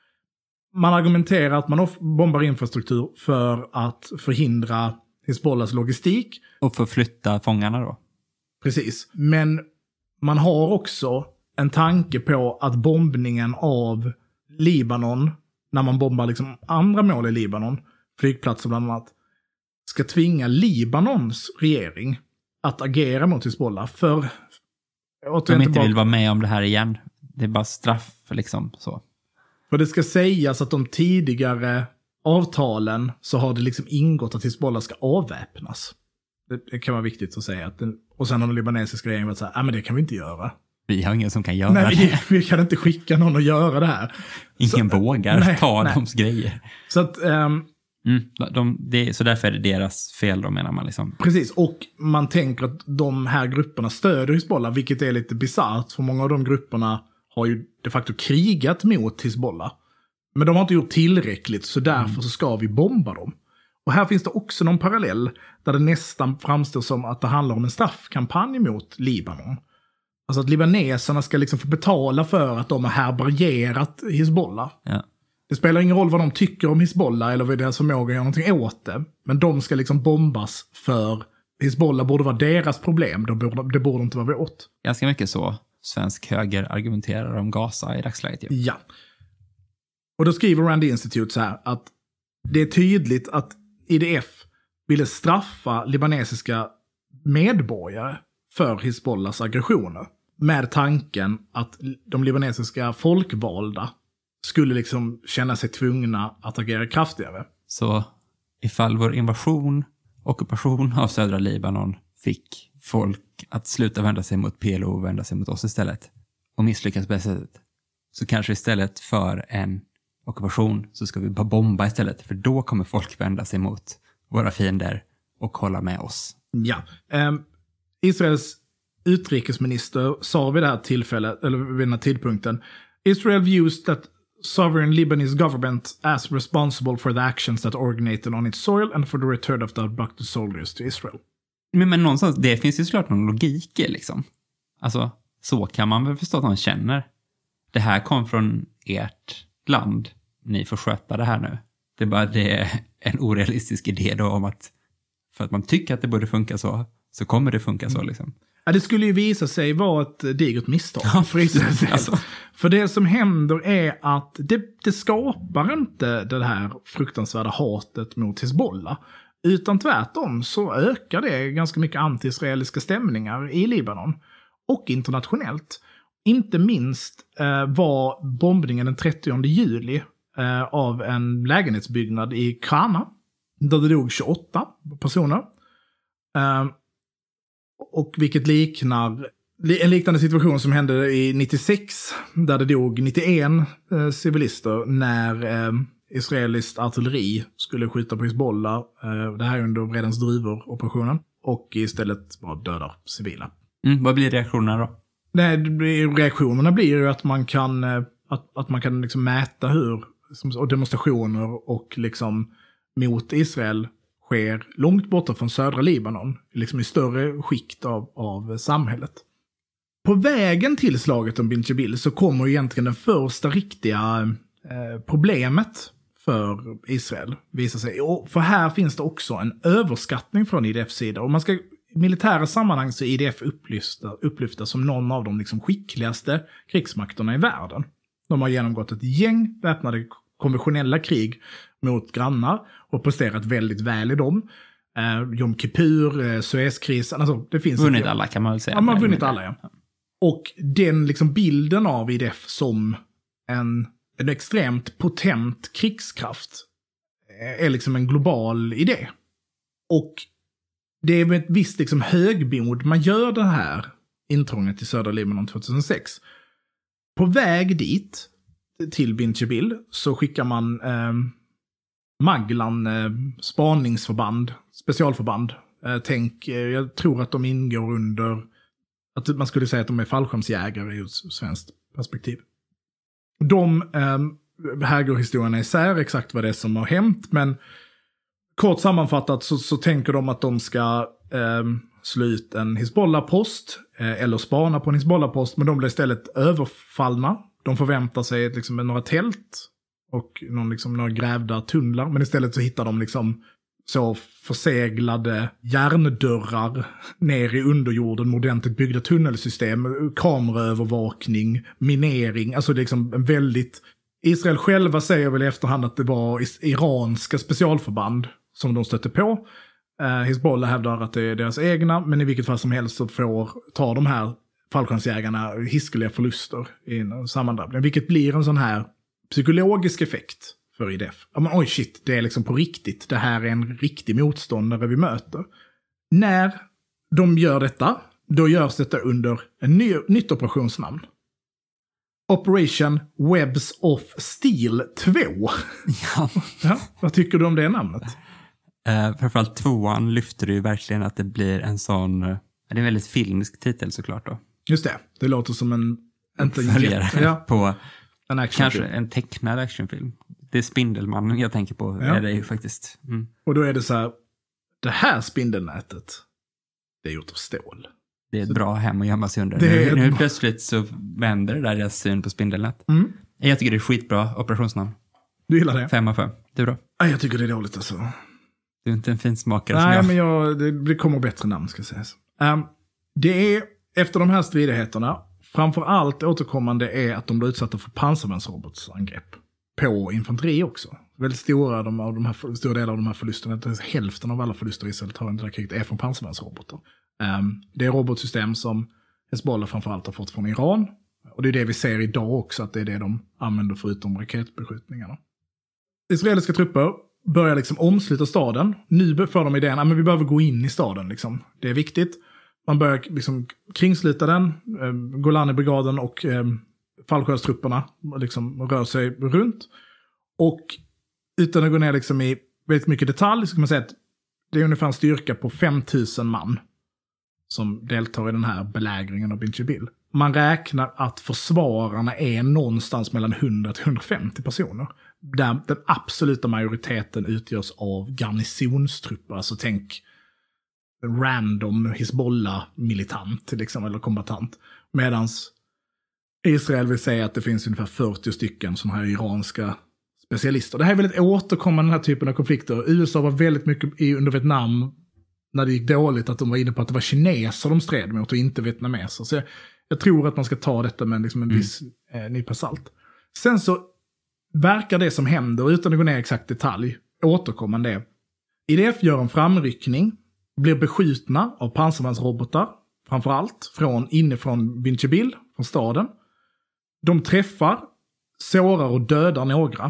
Man argumenterar att man bombar infrastruktur för att förhindra Hizbollahs logistik. Och för att flytta fångarna då. Precis. Men man har också en tanke på att bombningen av Libanon, när man bombar liksom andra mål i Libanon, flygplatser bland annat, ska tvinga Libanons regering att agera mot Hizbollah. För de inte vill vara med om det här igen. Det är bara straff liksom så. För det ska sägas att de tidigare avtalen så har det liksom ingått att Hizbollah ska avväpnas. Det kan vara viktigt att säga. Att den, och sen har den libanesiska regeringen varit så här, nej men det kan vi inte göra. Vi har ingen som kan göra nej, det. Vi, vi kan inte skicka någon att göra det här. Ingen så, vågar nej, ta nej. Dems grejer. Så att... Um, mm, de, det, så därför är det deras fel då menar man liksom. Precis, och man tänker att de här grupperna stöder Hizbollah, vilket är lite bizarrt. För många av de grupperna har ju de facto krigat mot Hizbollah. Men de har inte gjort tillräckligt, så därför mm. så ska vi bomba dem. Och här finns det också någon parallell där det nästan framstår som att det handlar om en straffkampanj mot Libanon. Alltså att libaneserna ska liksom få betala för att de har härbärgerat Hizbollah. Ja. Det spelar ingen roll vad de tycker om Hizbollah eller vad deras förmåga att göra någonting åt det. Men de ska liksom bombas för Hizbollah borde vara deras problem. De borde, det borde inte vara vårt. Ganska mycket så. svensk höger argumenterar om Gaza i dagsläget. Ju. Ja. Och då skriver Rand Institute så här att det är tydligt att I D F ville straffa libanesiska medborgare för Hizbollahs aggressioner. Med tanken att de libanesiska folkvalda skulle liksom känna sig tvungna att agera kraftigare. Så ifall vår invasion, ockupation av södra Libanon fick folk att sluta vända sig mot P L O och vända sig mot oss istället och misslyckas på det sättet, så kanske istället för en ockupation så ska vi bara bomba istället, för då kommer folk vända sig mot våra fiender och hålla med oss. Ja. Um, Israels utrikesminister sa vid det här tillfället, eller vid den här tidpunkten, Israel views that sovereign Lebanese government as responsible for the actions that originated on its soil and for the return of the abducted soldiers to Israel. Men, men någonstans, det finns ju såklart någon logik i liksom. Alltså, så kan man väl förstå att man känner. Det här kom från ert land. Ni får sköta det här nu. Det är bara det är en orealistisk idé då om att för att man tycker att det borde funka så, så kommer det funka så liksom. Ja, det skulle ju visa sig vara ett digert misstag. Ja, för Israel. alltså. För det som händer är att det, det skapar inte det här fruktansvärda hatet mot Hizbollah. Utan tvärtom så ökar det ganska mycket anti-israeliska stämningar i Libanon. Och internationellt. Inte minst eh, var bombningen den trettionde juli eh, av en lägenhetsbyggnad i Kana. Där det dog tjugoåtta personer. Eh, och vilket liknar en liknande situation som hände i nittiosex. Där det dog nittioen eh, civilister när eh, israeliskt artilleri skulle skjuta på Hizbollah. Eh, det här är under Vredens druvor-operationen. Och istället bara dödar civila. Mm, vad blir reaktionerna då? Nej, reaktionerna blir ju att man kan, att, att man kan liksom mäta hur och demonstrationer och liksom mot Israel sker långt borta från södra Libanon. Liksom i större skikt av, av samhället. På vägen till slaget om Bint Jbeil så kommer egentligen den första riktiga eh, problemet för Israel visar sig. Och för här finns det också en överskattning från I D F:s sida. Och man ska, i militära sammanhang så är I D F upplyfta, upplyfta som någon av de liksom skickligaste krigsmakterna i världen. De har genomgått ett gäng väpnade konventionella krig mot grannar och presterat väldigt väl i dem. Eh, Jom Kippur, eh, Suezkrisen, alltså det finns... Vunnit ett, alla kan man väl säga. Ja, man har vunnit alla, ja. Och den liksom bilden av I D F som en, en extremt potent krigskraft är liksom en global idé. Och det är med ett visst liksom högmod man gör det här intrånget i södra Libanon tjugohundrasex. På väg dit, till Bint Jbeil, så skickar man eh, Maglan eh, spaningsförband, specialförband. Eh, tänk, eh, jag tror att de ingår under, att man skulle säga att de är fallskärmsjägare ur svenskt perspektiv. De, eh, här går historien isär exakt vad det är som har hänt, men kort sammanfattat så, så tänker de att de ska eh, slå ut en Hizbollah-post eh, eller spana på en Hizbollah-post, men de blir istället överfallna. De förväntar sig liksom några tält och någon, liksom, några grävda tunnlar, men istället så hittar de liksom så förseglade järndörrar ner i underjorden med ordentligt byggda tunnelsystem, kameraövervakning, minering, alltså liksom en väldigt... Israel själva säger väl i efterhand att det var iranska specialförband som de stötte på. Eh, Hizbollah hävdar att det är deras egna, men i vilket fall som helst så får ta de här fallskärmsjägarna hiskeliga förluster i en sammandrabbning. Vilket blir en sån här psykologisk effekt för I D F. Ja, men oj shit, det är liksom på riktigt. Det här är en riktig motståndare vi möter. När de gör detta, då görs detta under en ny, nytt operationsnamn. Operation Webs of Steel två. Ja. Ja, vad tycker du om det namnet? Uh, framförallt tvåan lyfter ju verkligen att det blir en sån... Uh, det är en väldigt filmisk titel såklart då. Just det, det låter som en... Inte följare ja. På en kanske en tecknad actionfilm. Det är Spindelmannen jag tänker på. Ja. Är det ju faktiskt. Mm. Och då är det så här, det här spindelnätet, det är gjort av stål. Det är ett så bra hem att gömma sig under. Nu, nu plötsligt så vänder det där deras syn på spindelnät. Mm. Jag tycker det är skitbra operationsnamn. Du gillar det? Fem av fem. Du då? Ja, jag tycker det är dåligt alltså. Du är inte en fin smakare. Nej, jag... men jag, det, det kommer bättre namn ska sägas. Um, det är, efter de här stridigheterna framförallt återkommande är att de blir utsatta för pansarvärnsrobotsangrepp på infanteri också. Väldigt stora, de, av de här, stora delar av de här förlusterna, hälften av alla förluster i Israel tar under det här kriget är från pansarvärnsrobotar. Um, det är robotsystem som Hezbollah framförallt har fått från Iran. Och det är det vi ser idag också, att det är det de använder förutom raketbeskjutningarna. Israeliska trupper börjar liksom omsluta staden. Nu får de idén att vi behöver gå in i staden. Liksom. Det är viktigt. Man börjar liksom kringsluta den. Eh, Golani-brigaden och eh, fallskärmstrupperna liksom rör sig runt. Och utan att gå ner liksom i väldigt mycket detalj så kan man säga att det är ungefär en styrka på fem tusen man som deltar i den här belägringen av Bint Jbeil. Man räknar att försvararna är någonstans mellan hundra till hundrafemtio personer. Där den absoluta majoriteten utgörs av garnisonstrupper. Alltså tänk random Hezbollah-militant liksom, eller kombatant. Medans Israel vill säga att det finns ungefär fyrtio stycken sådana här iranska specialister. Det här är väldigt återkommande, den här typen av konflikter. U S A var väldigt mycket i under Vietnam när det gick dåligt att de var inne på att det var kineser de stred mot och inte vietnameser. Så jag, jag tror att man ska ta detta med liksom en mm. viss eh, nypa salt. Sen så verkar det som händer, utan att gå ner i exakt detalj, återkommande. I D F gör en framryckning, blir beskjutna av pansarvärnsrobotar, framförallt från inifrån Bint Jbeil, från staden. De träffar, sårar och dödar några.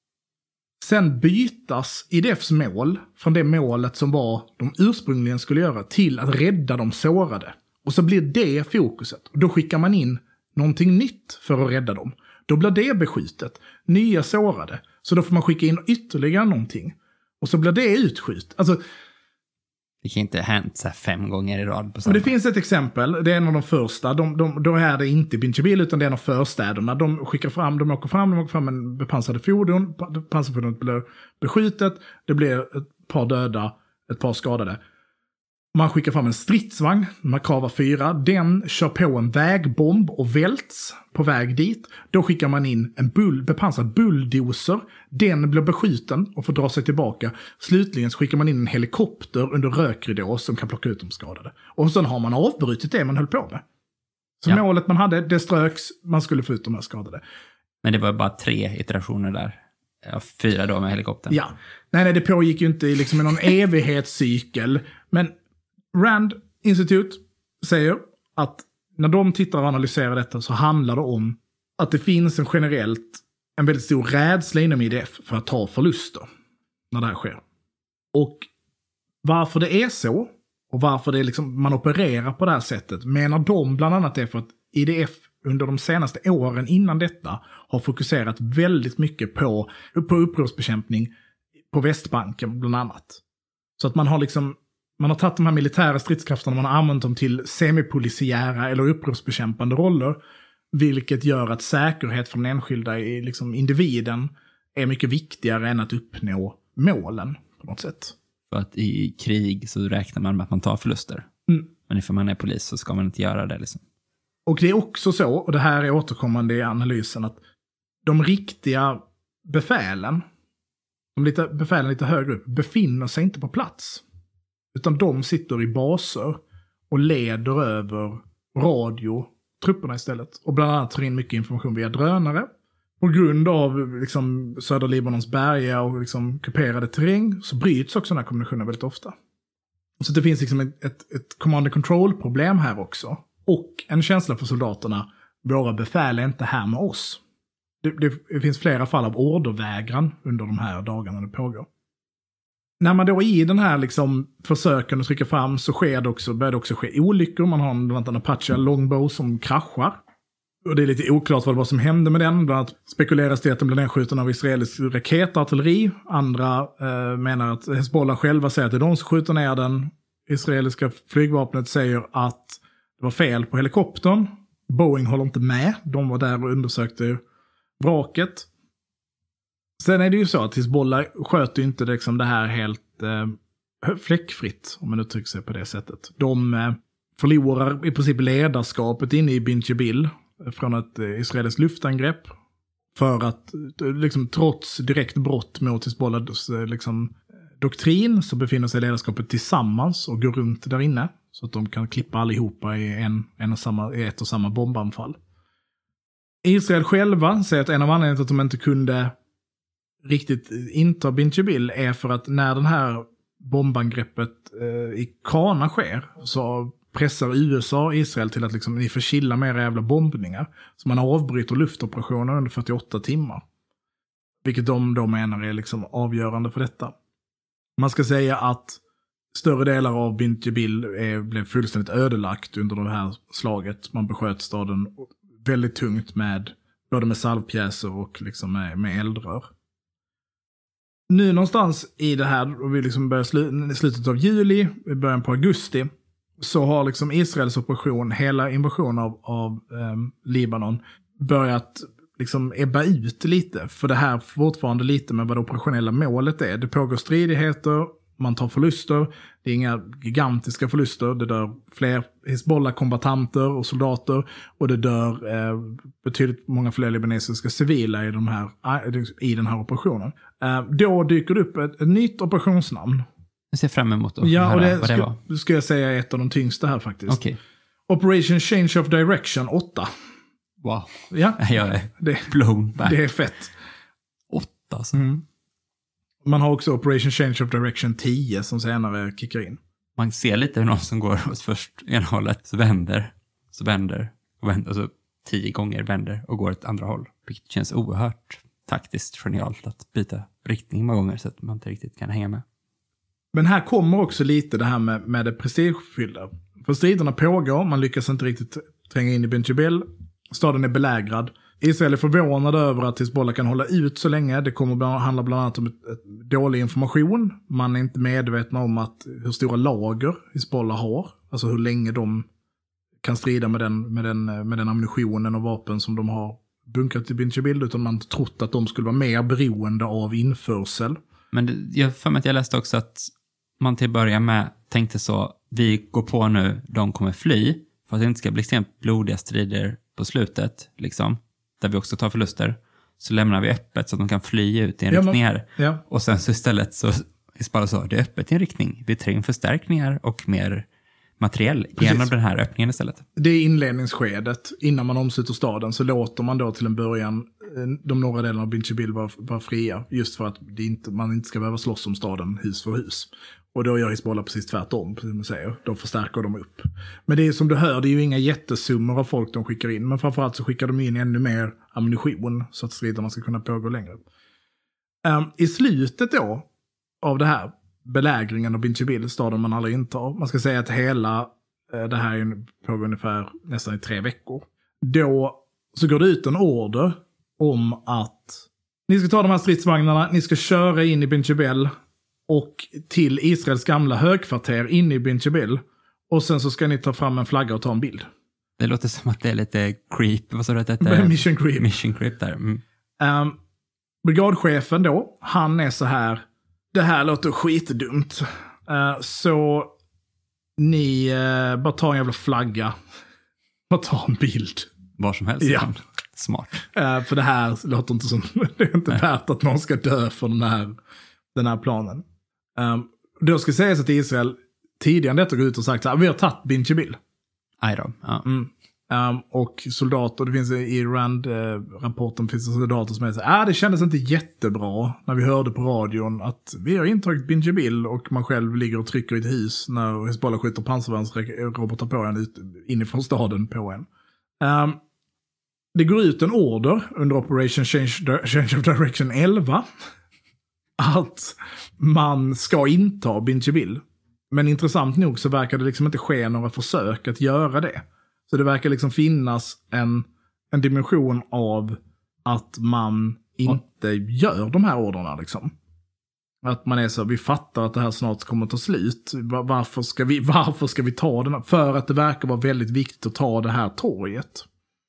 Sen bytas I D Fs mål från det målet som var de ursprungligen skulle göra till att rädda de sårade. Och så blir det fokuset. Och då skickar man in någonting nytt för att rädda dem. Då blir det beskjutet. Nya sårade. Så då får man skicka in ytterligare någonting. Och så blir det utskjut. Alltså, det kan inte ha hänt så här fem gånger i rad. På men det finns ett exempel. Det är en av de första. De, de, då är det inte Bint Jbeil utan det är en av förstäderna. De skickar fram, de åker fram, de åker fram en bepansrade fordon. Pansarfordonet blir beskjutet. Det blir ett par döda, ett par skadade. Man skickar fram en stridsvagn, Makava fyra. Den kör på en vägbomb och välts på väg dit. Då skickar man in en bull, bepansrad bulldozer. Den blir beskjuten och får dra sig tillbaka. Slutligen skickar man in en helikopter under rökridå som kan plocka ut de skadade. Och sen har man avbrutit det man höll på med. Så ja. Målet man hade, det ströks. Man skulle få ut de här skadade. Men det var bara tre iterationer där. Ja, fyra då med helikoptern. Ja. Nej, nej, det pågick ju inte i liksom någon evighetscykel. Men Rand Institute säger att när de tittar och analyserar detta så handlar det om att det finns en generellt en väldigt stor rädsla inom I D F för att ta förluster när det här sker. Och varför det är så och varför det är liksom man opererar på det här sättet menar de bland annat är för att I D F under de senaste åren innan detta har fokuserat väldigt mycket på, på upprorsbekämpning på Västbanken bland annat. Så att man har liksom Man har tagit de här militära stridskrafterna, man har använt dem till semipolisiära eller upprorsbekämpande roller. Vilket gör att säkerhet för den enskilda liksom individen är mycket viktigare än att uppnå målen på något sätt. För att i krig så räknar man med att man tar förluster. Mm. Men ifall man är polis så ska man inte göra det liksom. Och det är också så, och det här är återkommande i analysen, att de riktiga befälen, de lite, befälen lite högre upp, befinner sig inte på plats. Utan de sitter i baser och leder över radio trupperna istället. Och bland annat tar in mycket information via drönare. På grund av liksom, södra Libanons berga och liksom, kuperade terräng så bryts också den här kommunikationen väldigt ofta. Så det finns liksom ett, ett, ett command and control-problem här också. Och en känsla för soldaterna, våra befäl är inte här med oss. Det, det, det finns flera fall av ordervägran under de här dagarna det pågår. När man då i den här liksom försöken att trycka fram så sker det också, börjar det också ske olyckor. Man har bland annat en Apache Longbow som kraschar. Och det är lite oklart vad, vad som hände med den. Bland annat spekuleras det att den blev nedskjuten av israelisk raketartilleri. Andra eh, menar att Hezbollah själva säger att det är de som skjuter ner den. Israeliska flygvapnet säger att det var fel på helikoptern. Boeing håller inte med. De var där och undersökte vraket. Sen är det ju så att Hezbollah sköter inte liksom det här helt eh, fläckfritt, om man uttrycker sig på det sättet. De eh, förlorar i princip ledarskapet inne i Bint Jbeil från ett eh, israeliskt luftangrepp. För att liksom, trots direkt brott mot Hezbollahs eh, liksom, doktrin så befinner sig ledarskapet tillsammans och går runt där inne. Så att de kan klippa allihopa i, en, en och samma, i ett och samma bombanfall. Israel själva säger att en av anledningarna till att de inte kunde riktigt inta Bint Jubil är för att när den här bombangreppet eh, i Kana sker så pressar U S A Israel till att liksom, ni får chilla med era jävla bombningar. Så man avbryter luftoperationer under fyrtioåtta timmar. Vilket de då menar är liksom avgörande för detta. Man ska säga att större delar av Bint Jubil är, blev fullständigt ödelagt under det här slaget. Man besköt staden väldigt tungt med både med salvpjäser och liksom med, med eldrör. Nu någonstans i det här, och vi liksom börjar slu- slutet av juli, i början på augusti, så har liksom Israels operation, hela invasion av, av eh, Libanon, börjat liksom ebba ut lite. För det här fortfarande lite med vad det operationella målet är. Det pågår stridigheter, man tar förluster, det är inga gigantiska förluster, det dör fler Hezbollah-kombatanter och soldater, och det dör eh, betydligt många fler libanesiska civila i, de här, i den här operationen. Eh, då dyker det upp ett, ett nytt operationsnamn. Jag ser fram emot att ja, höra och det vad det ska, var. ska jag säga är ett av de tyngsta här faktiskt. Okay. Operation Change of Direction åtta. Wow. Ja, jag är det, blown back. Det är fett. åtta alltså. Mm. Man har också Operation Change of Direction tio som senare kickar in. Man ser lite hur någon som går åt först ena hållet, så vänder, så vänder, och vänder, och så tio gånger vänder och går åt andra håll. Vilket känns oerhört taktiskt genialt att byta riktning många gånger så att man inte riktigt kan hänga med. Men här kommer också lite det här med, med det prestigefyllda. För striderna pågår, man lyckas inte riktigt tränga in i Bint Jubil. Staden är belägrad. Israel är förvånade över att Hezbollah kan hålla ut så länge. Det kommer bland, handla bland annat om ett, ett dålig information. Man är inte medveten om att hur stora lager Hezbollah har. Alltså hur länge de kan strida med den, med den, med den ammunitionen och vapen som de har bunkrat i Bint Jubil. Utan man trott att de skulle vara mer beroende av införsel. Men det, jag för mig att jag läste också att man till att börja med tänkte så, vi går på nu, de kommer fly. För att det inte ska bli extremt blodiga strider på slutet, liksom. Där vi också tar förluster, så lämnar vi öppet så att de kan fly ut i en ja, riktning här. Ja. Och sen så istället så Hezbollah sa, det är öppet i en riktning. Vi tar in förstärkningar och mer materiell genom den här öppningen istället. Det är inledningsskedet. Innan man omsluter staden så låter man då till en början de norra delarna av Bint Jubil vara var fria. Just för att det inte, man inte ska behöva slåss om staden hus för hus. Och då gör Hezbollah precis tvärtom, precis som man säger. De förstärker dem upp. Men det är som du hör, det är ju inga jättesummor av folk de skickar in. Men framförallt så skickar de in ännu mer ammunition så att striderna ska kunna pågå längre. Um, I slutet då av det här belägringen av Bint Jubil, staden man aldrig intar. Man ska säga att hela uh, det här pågår ungefär nästan i tre veckor. Då så går det ut en order om att ni ska ta de här stridsvagnarna, ni ska köra in i Bint Jubil och till Israels gamla högkvarter inne i Bint Jubil. Och sen så ska ni ta fram en flagga och ta en bild. Det låter som att det är lite creep. Vad sa du att det är? Mission creep. Mission creep där. Mm. Um, brigadchefen då, han är så här, det här låter skitdumt. Uh, så ni uh, bara tar en jävla flagga. Bara ta en bild. Var som helst. Ja. Smart. Uh, för det här låter inte som, det är inte Nej. värt att någon ska dö för den här, den här planen. Um, då ska sägas att Israel tidigare detta går ut och sagt att vi har tagit Bint Jubil. Aj då. Ja. Mm. Um, och soldater, det finns i Rand-rapporten uh, finns det soldater som är så här, ah, det kändes inte jättebra när vi hörde på radion att vi har intagit Bint Jubil och man själv ligger och trycker i ett hus när Hezbollah skjuter pansarvärnsrobotar på en ut, inifrån staden på en. Um, det går ut en order under Operation Change, Change of Direction elva att man ska inta Bint Jubil. Men intressant nog så verkar det liksom inte ske några försök att göra det. Så det verkar liksom finnas en, en dimension av att man inte gör de här orderna liksom. Att man är så, vi fattar att det här snart kommer att ta slut. Varför ska vi, varför ska vi ta den? För att det verkar vara väldigt viktigt att ta det här torget.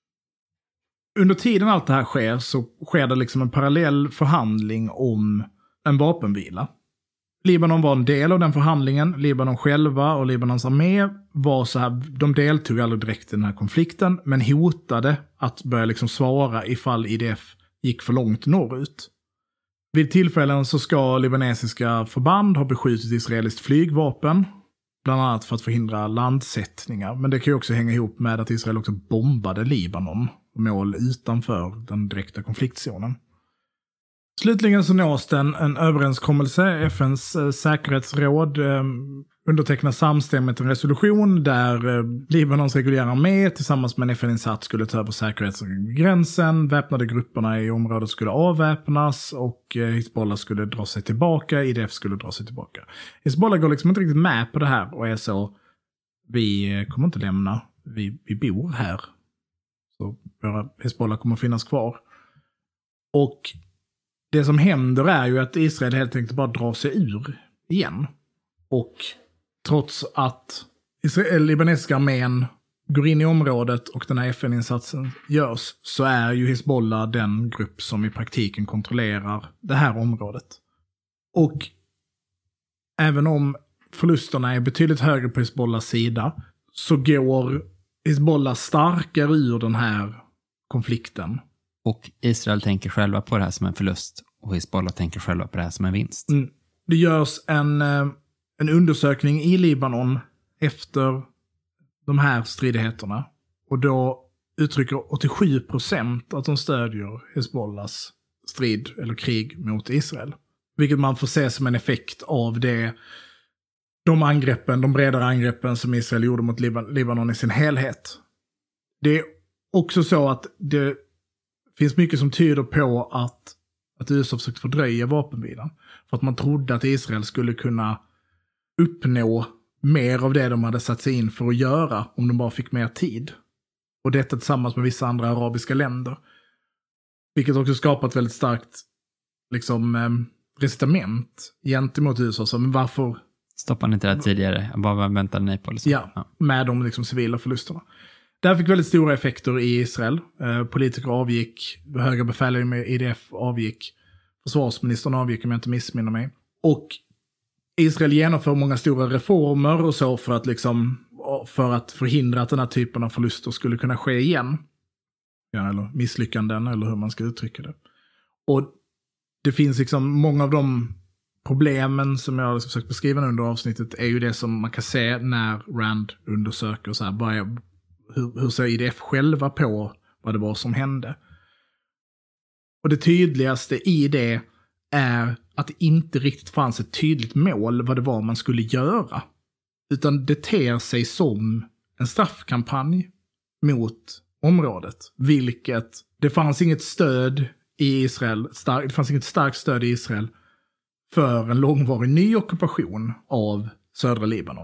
Under tiden allt det här sker så sker det liksom en parallell förhandling om en vapenvila. Libanon var en del av den förhandlingen. Libanon själva och Libanons armé var så här, de deltog aldrig direkt i den här konflikten, men hotade att börja liksom svara ifall I D F gick för långt norrut. Vid tillfällen så ska libanesiska förband ha beskjutit israeliskt flygvapen. Bland annat för att förhindra landsättningar. Men det kan ju också hänga ihop med att Israel också bombade Libanon. Mål utanför den direkta konfliktzonen. Slutligen så nås den en överenskommelse. F N:s eh, säkerhetsråd eh, undertecknar samstämmigt en resolution där eh, Libanons reguljära armé tillsammans med en F N-insats skulle ta över säkerhetsgränsen. Väpnade grupperna i området skulle avväpnas och eh, Hizbollah skulle dra sig tillbaka. I D F skulle dra sig tillbaka. Hizbollah går liksom inte riktigt med på det här och är så, vi eh, kommer inte lämna, vi, vi bor här. Så våra Hizbollah kommer finnas kvar. Och det som händer är ju att Israel helt enkelt bara drar sig ur igen. Och trots att Israel, libanesiska armén går in i området och den här F N-insatsen görs, så är ju Hizbollah den grupp som i praktiken kontrollerar det här området. Och även om förlusterna är betydligt högre på Hizbollahs sida, så går Hizbollah starkare ur den här konflikten. Och Israel tänker själva på det här som en förlust och Hizbollah tänker själva på det här som en vinst. Mm. Det görs en, en undersökning i Libanon efter de här stridigheterna. Och då uttrycker åttiosju procent att de stödjer Hizbollahs strid eller krig mot Israel. Vilket man får se som en effekt av det, de angreppen, de bredare angreppen som Israel gjorde mot Liban- Libanon i sin helhet. Det är också så att det finns mycket som tyder på att, att U S A försökt fördröja vapenvilan. För att man trodde att Israel skulle kunna uppnå mer av det de hade satt sig in för att göra om de bara fick mer tid. Och detta tillsammans med vissa andra arabiska länder. Vilket också skapat väldigt starkt liksom, eh, recitament gentemot U S A. Så, men varför... Stoppar ni inte det här tidigare? Vad väntade ni på? Liksom? Ja, ja, med de liksom, civila förlusterna. Det här fick väldigt stora effekter i Israel. Eh, politiker avgick, höga befälare med I D F avgick, försvarsministern avgick om jag inte missminner mig. Och Israel genomför många stora reformer och så för att, liksom, för att förhindra att den här typen av förluster skulle kunna ske igen. Ja, eller misslyckanden, eller hur man ska uttrycka det. Och det finns liksom många av de problemen som jag har försökt beskriva under avsnittet är ju det som man kan se när Rand undersöker så här, vad är, hur, hur ser I D F själva på vad det var som hände. Och det tydligaste i det är att det inte riktigt fanns ett tydligt mål vad det var man skulle göra. Utan det ter sig som en straffkampanj mot området. Vilket, det fanns inget stöd i Israel, stark, det fanns inget starkt stöd i Israel för en långvarig ny ockupation av södra Libanon.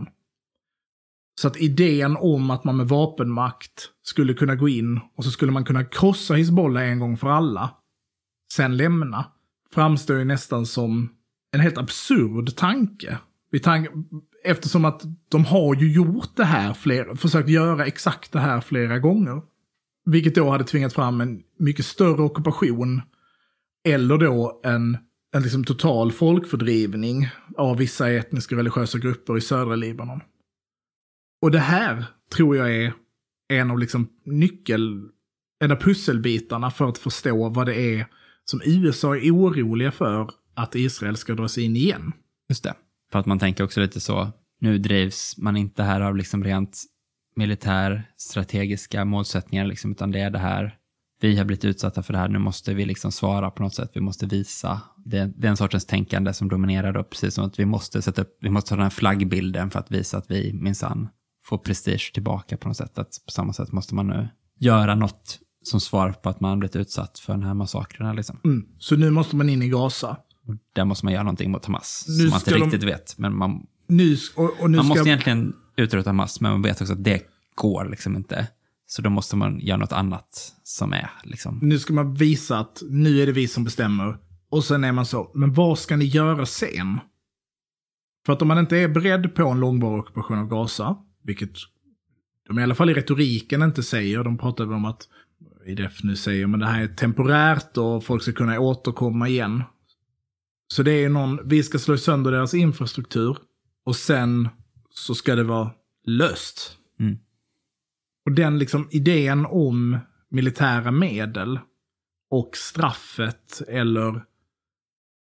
Så att idén om att man med vapenmakt skulle kunna gå in och så skulle man kunna krossa Hizbollah en gång för alla, sen lämna, framstår ju nästan som en helt absurd tanke. Eftersom att de har ju gjort det här, flera, försökt göra exakt det här flera gånger. Vilket då hade tvingat fram en mycket större ockupation eller då en, en liksom total folkfördrivning av vissa etniska och religiösa grupper i södra Libanon. Och det här tror jag är en av liksom nyckel, en av pusselbitarna för att förstå vad det är som U S A är oroliga för att Israel ska dra sig in igen. Just det. För att man tänker också lite så, nu drivs man inte här av liksom rent militär strategiska målsättningar liksom, utan det är det här, vi har blivit utsatta för det här, nu måste vi liksom svara på något sätt, vi måste visa, det, det är en sortens tänkande som dominerar då, precis som att vi måste sätta upp, vi måste ha den här flaggbilden för att visa att vi minsann får prestige tillbaka på något sätt, att på samma sätt måste man nu göra något som svarar på att man blivit utsatt för den här massakern liksom. Mm. Så nu måste man in i Gaza. Och där måste man göra någonting mot Hamas, Nu som man inte de... riktigt vet, men man nu, och, och nu man ska... måste egentligen utrota Hamas, men man vet också att det går liksom inte. Så då måste man göra något annat som är liksom. Nu ska man visa att nu är det vi som bestämmer. Och sen är man så, men vad ska ni göra sen? För att om man inte är beredd på en långvarig ockupation av Gaza, vilket de i alla fall i retoriken inte säger, de pratar om att I D F nu säger, men det här är temporärt och folk ska kunna återkomma igen. Så det är någon, vi ska slå sönder deras infrastruktur och sen så ska det vara löst. Mm. Och den liksom idén om militära medel och straffet eller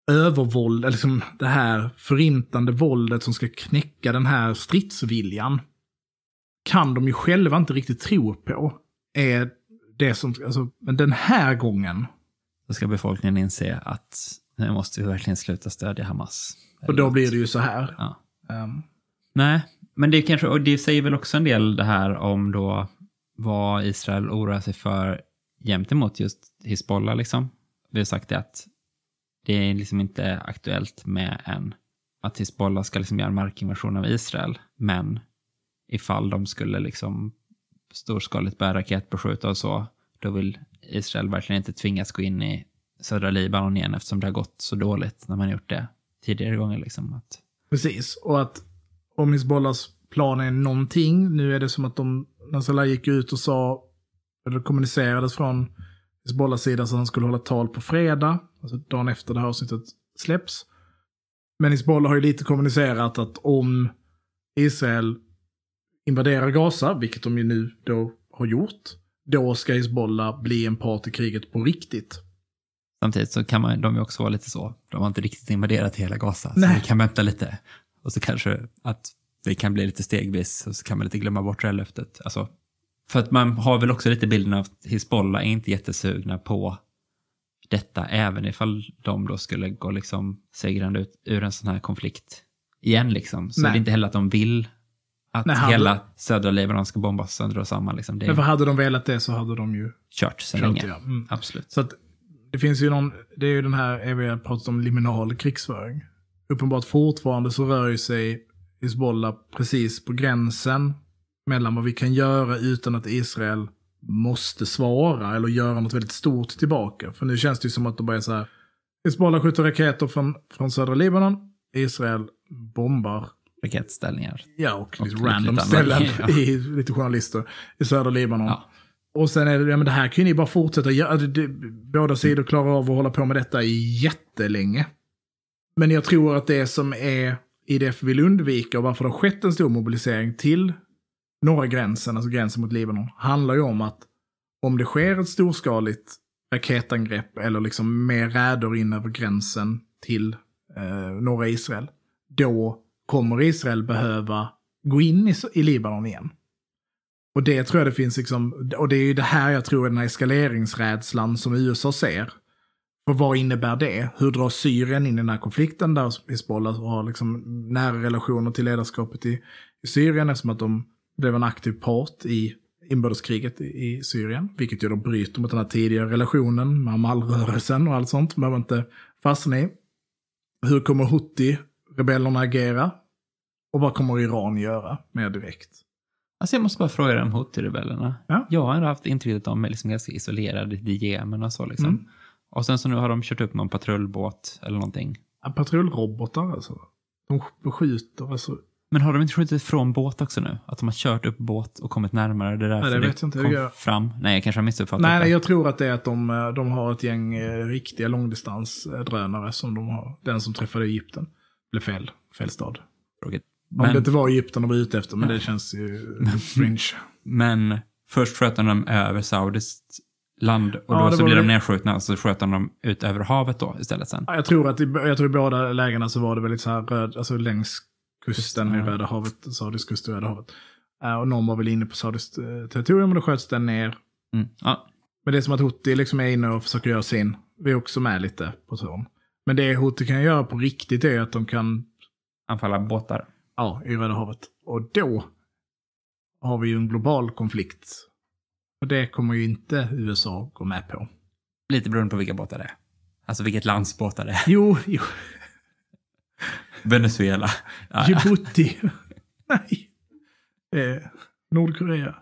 övervåld, eller liksom det här förintande våldet som ska knäcka den här stridsviljan, kan de ju själva inte riktigt tro på. Är det som, alltså, men den här gången. Då ska befolkningen inse att nu måste vi verkligen sluta stödja Hamas. Och då blir det ju så här. Ja. Um. Nej, men det kanske, och det säger väl också en del det här om då vad Israel oroar sig för jämt emot just Hizbollah liksom. Vi har sagt det att det är liksom inte aktuellt med en att Hizbollah ska liksom göra en markinvasion av Israel, men ifall de skulle liksom storskaligt börja raketbeskjuta och så, då vill Israel verkligen inte tvingas gå in i södra Libanon igen, eftersom det har gått så dåligt när man gjort det tidigare gånger liksom. Att... Precis, och att om Hizbollahs plan är någonting, nu är det som att de, Nasrallah gick ut och sa, eller kommunicerades från Hizbollahs sida så att han skulle hålla tal på fredag, alltså dagen efter det här avsnittet släpps. Men Hizbollah har ju lite kommunicerat att om Israel invaderar Gaza, vilket de ju nu då har gjort, då ska Hizbollah bli en part i kriget på riktigt. Samtidigt så kan man, de ju också vara lite så. De har inte riktigt invaderat hela Gaza. Nej. Så vi kan vänta lite. Och så kanske att det kan bli lite stegvis. Och så kan man lite glömma bort det här löftet. Alltså, för att man har väl också lite bilden av att Hizbollah är inte jättesugna på detta. Även ifall de då skulle gå liksom segrande ut ur en sån här konflikt igen liksom. Så Nej. det är inte heller att de vill att Nej, hade... hela södra Libanon ska bombas sönder och samman. Liksom. Det är Men för hade de velat det så hade de ju kört så kört, länge. ja. Mm. Absolut. Så att det finns ju någon, det är ju den här, vi har pratat om liminal krigsföring. Uppenbart fortfarande så rör ju sig Hizbollah precis på gränsen mellan vad vi kan göra utan att Israel måste svara eller göra något väldigt stort tillbaka. För nu känns det ju som att de bara är så här, Hizbollah skjuter raketer från, från södra Libanon, Israel bombar Raketställningar. ja, och, och lite lite random annat. ställen Ja. i lite journalister i södra Libanon. Ja. Och sen är det, ja men det här kan ju ni bara fortsätta göra. Det, det, båda sidor klarar av att hålla på med detta jättelänge. Men jag tror att det som är I D F vill undvika och varför det har skett en stor mobilisering till norra gränsen, alltså gränsen mot Libanon, handlar ju om att om det sker ett storskaligt raketangrepp eller liksom mer räder in över gränsen till eh, norra Israel, då kommer Israel behöva gå in i, i Libanon igen. Och det tror jag det finns liksom, och det är ju det här jag tror är den här eskaleringsrädslan som U S A ser. Och vad innebär det? Hur drar Syrien in i den här konflikten där Hizbollah har liksom nära relationer till ledarskapet i, i Syrien eftersom att de blev en aktiv part i inbördeskriget i, i Syrien, vilket ju då bryter mot den här tidigare relationen med Amal-rörelsen och allt sånt. Man behöver inte fastna i. Hur kommer Houthi-rebellerna agera? Och vad kommer Iran göra mer direkt? Alltså jag måste bara fråga dig om Houthi-rebellerna. Ja. Jag har haft intrycket att de är liksom ganska isolerade i Jemen och så liksom. Mm. Och sen så nu har de kört upp någon patrullbåt eller någonting. Ja, patrullrobotar alltså. De skjuter alltså. Men har de inte skjutit från båt också nu? Att de har kört upp båt och kommit närmare? Det, nej, det vet jag inte. kom jag... fram. Nej, jag kanske har missuppfattat nej, det. Nej, jag tror att det är att de, de har ett gäng riktiga långdistansdrönare som de har. Den som träffade Egypten. Blev fel. Fel stad. Tråkigt. Om Men... det inte var Egypten de var ute efter, men det känns ju fringe. Men först sköt de över saudiskt land och ja, då så blir det... de nedskjutna och så sköt de ut över havet då istället sen. Ja, jag tror att i, jag tror i båda lägena så var det väldigt så här röd, alltså längs kusten Just, i Röda havet, Saudisk kust i Röda havet. Uh, och någon var väl inne på Saudiskt uh, territorium och då sköts den ner. Mm. Ja. Men det är som att Houthi liksom är inne och försöker göra sin. Vi är också med lite på sån. Men det Houthi kan göra på riktigt är att de kan anfalla båtar. Ja, i Röda havet. Och då har vi ju en global konflikt. Och det kommer ju inte U S A gå med på. Lite beroende på vilka båtar det är. Alltså vilket lands båtar det är. Jo, jo. Venezuela. Ja, Djibouti. Nej. Eh, Nordkorea.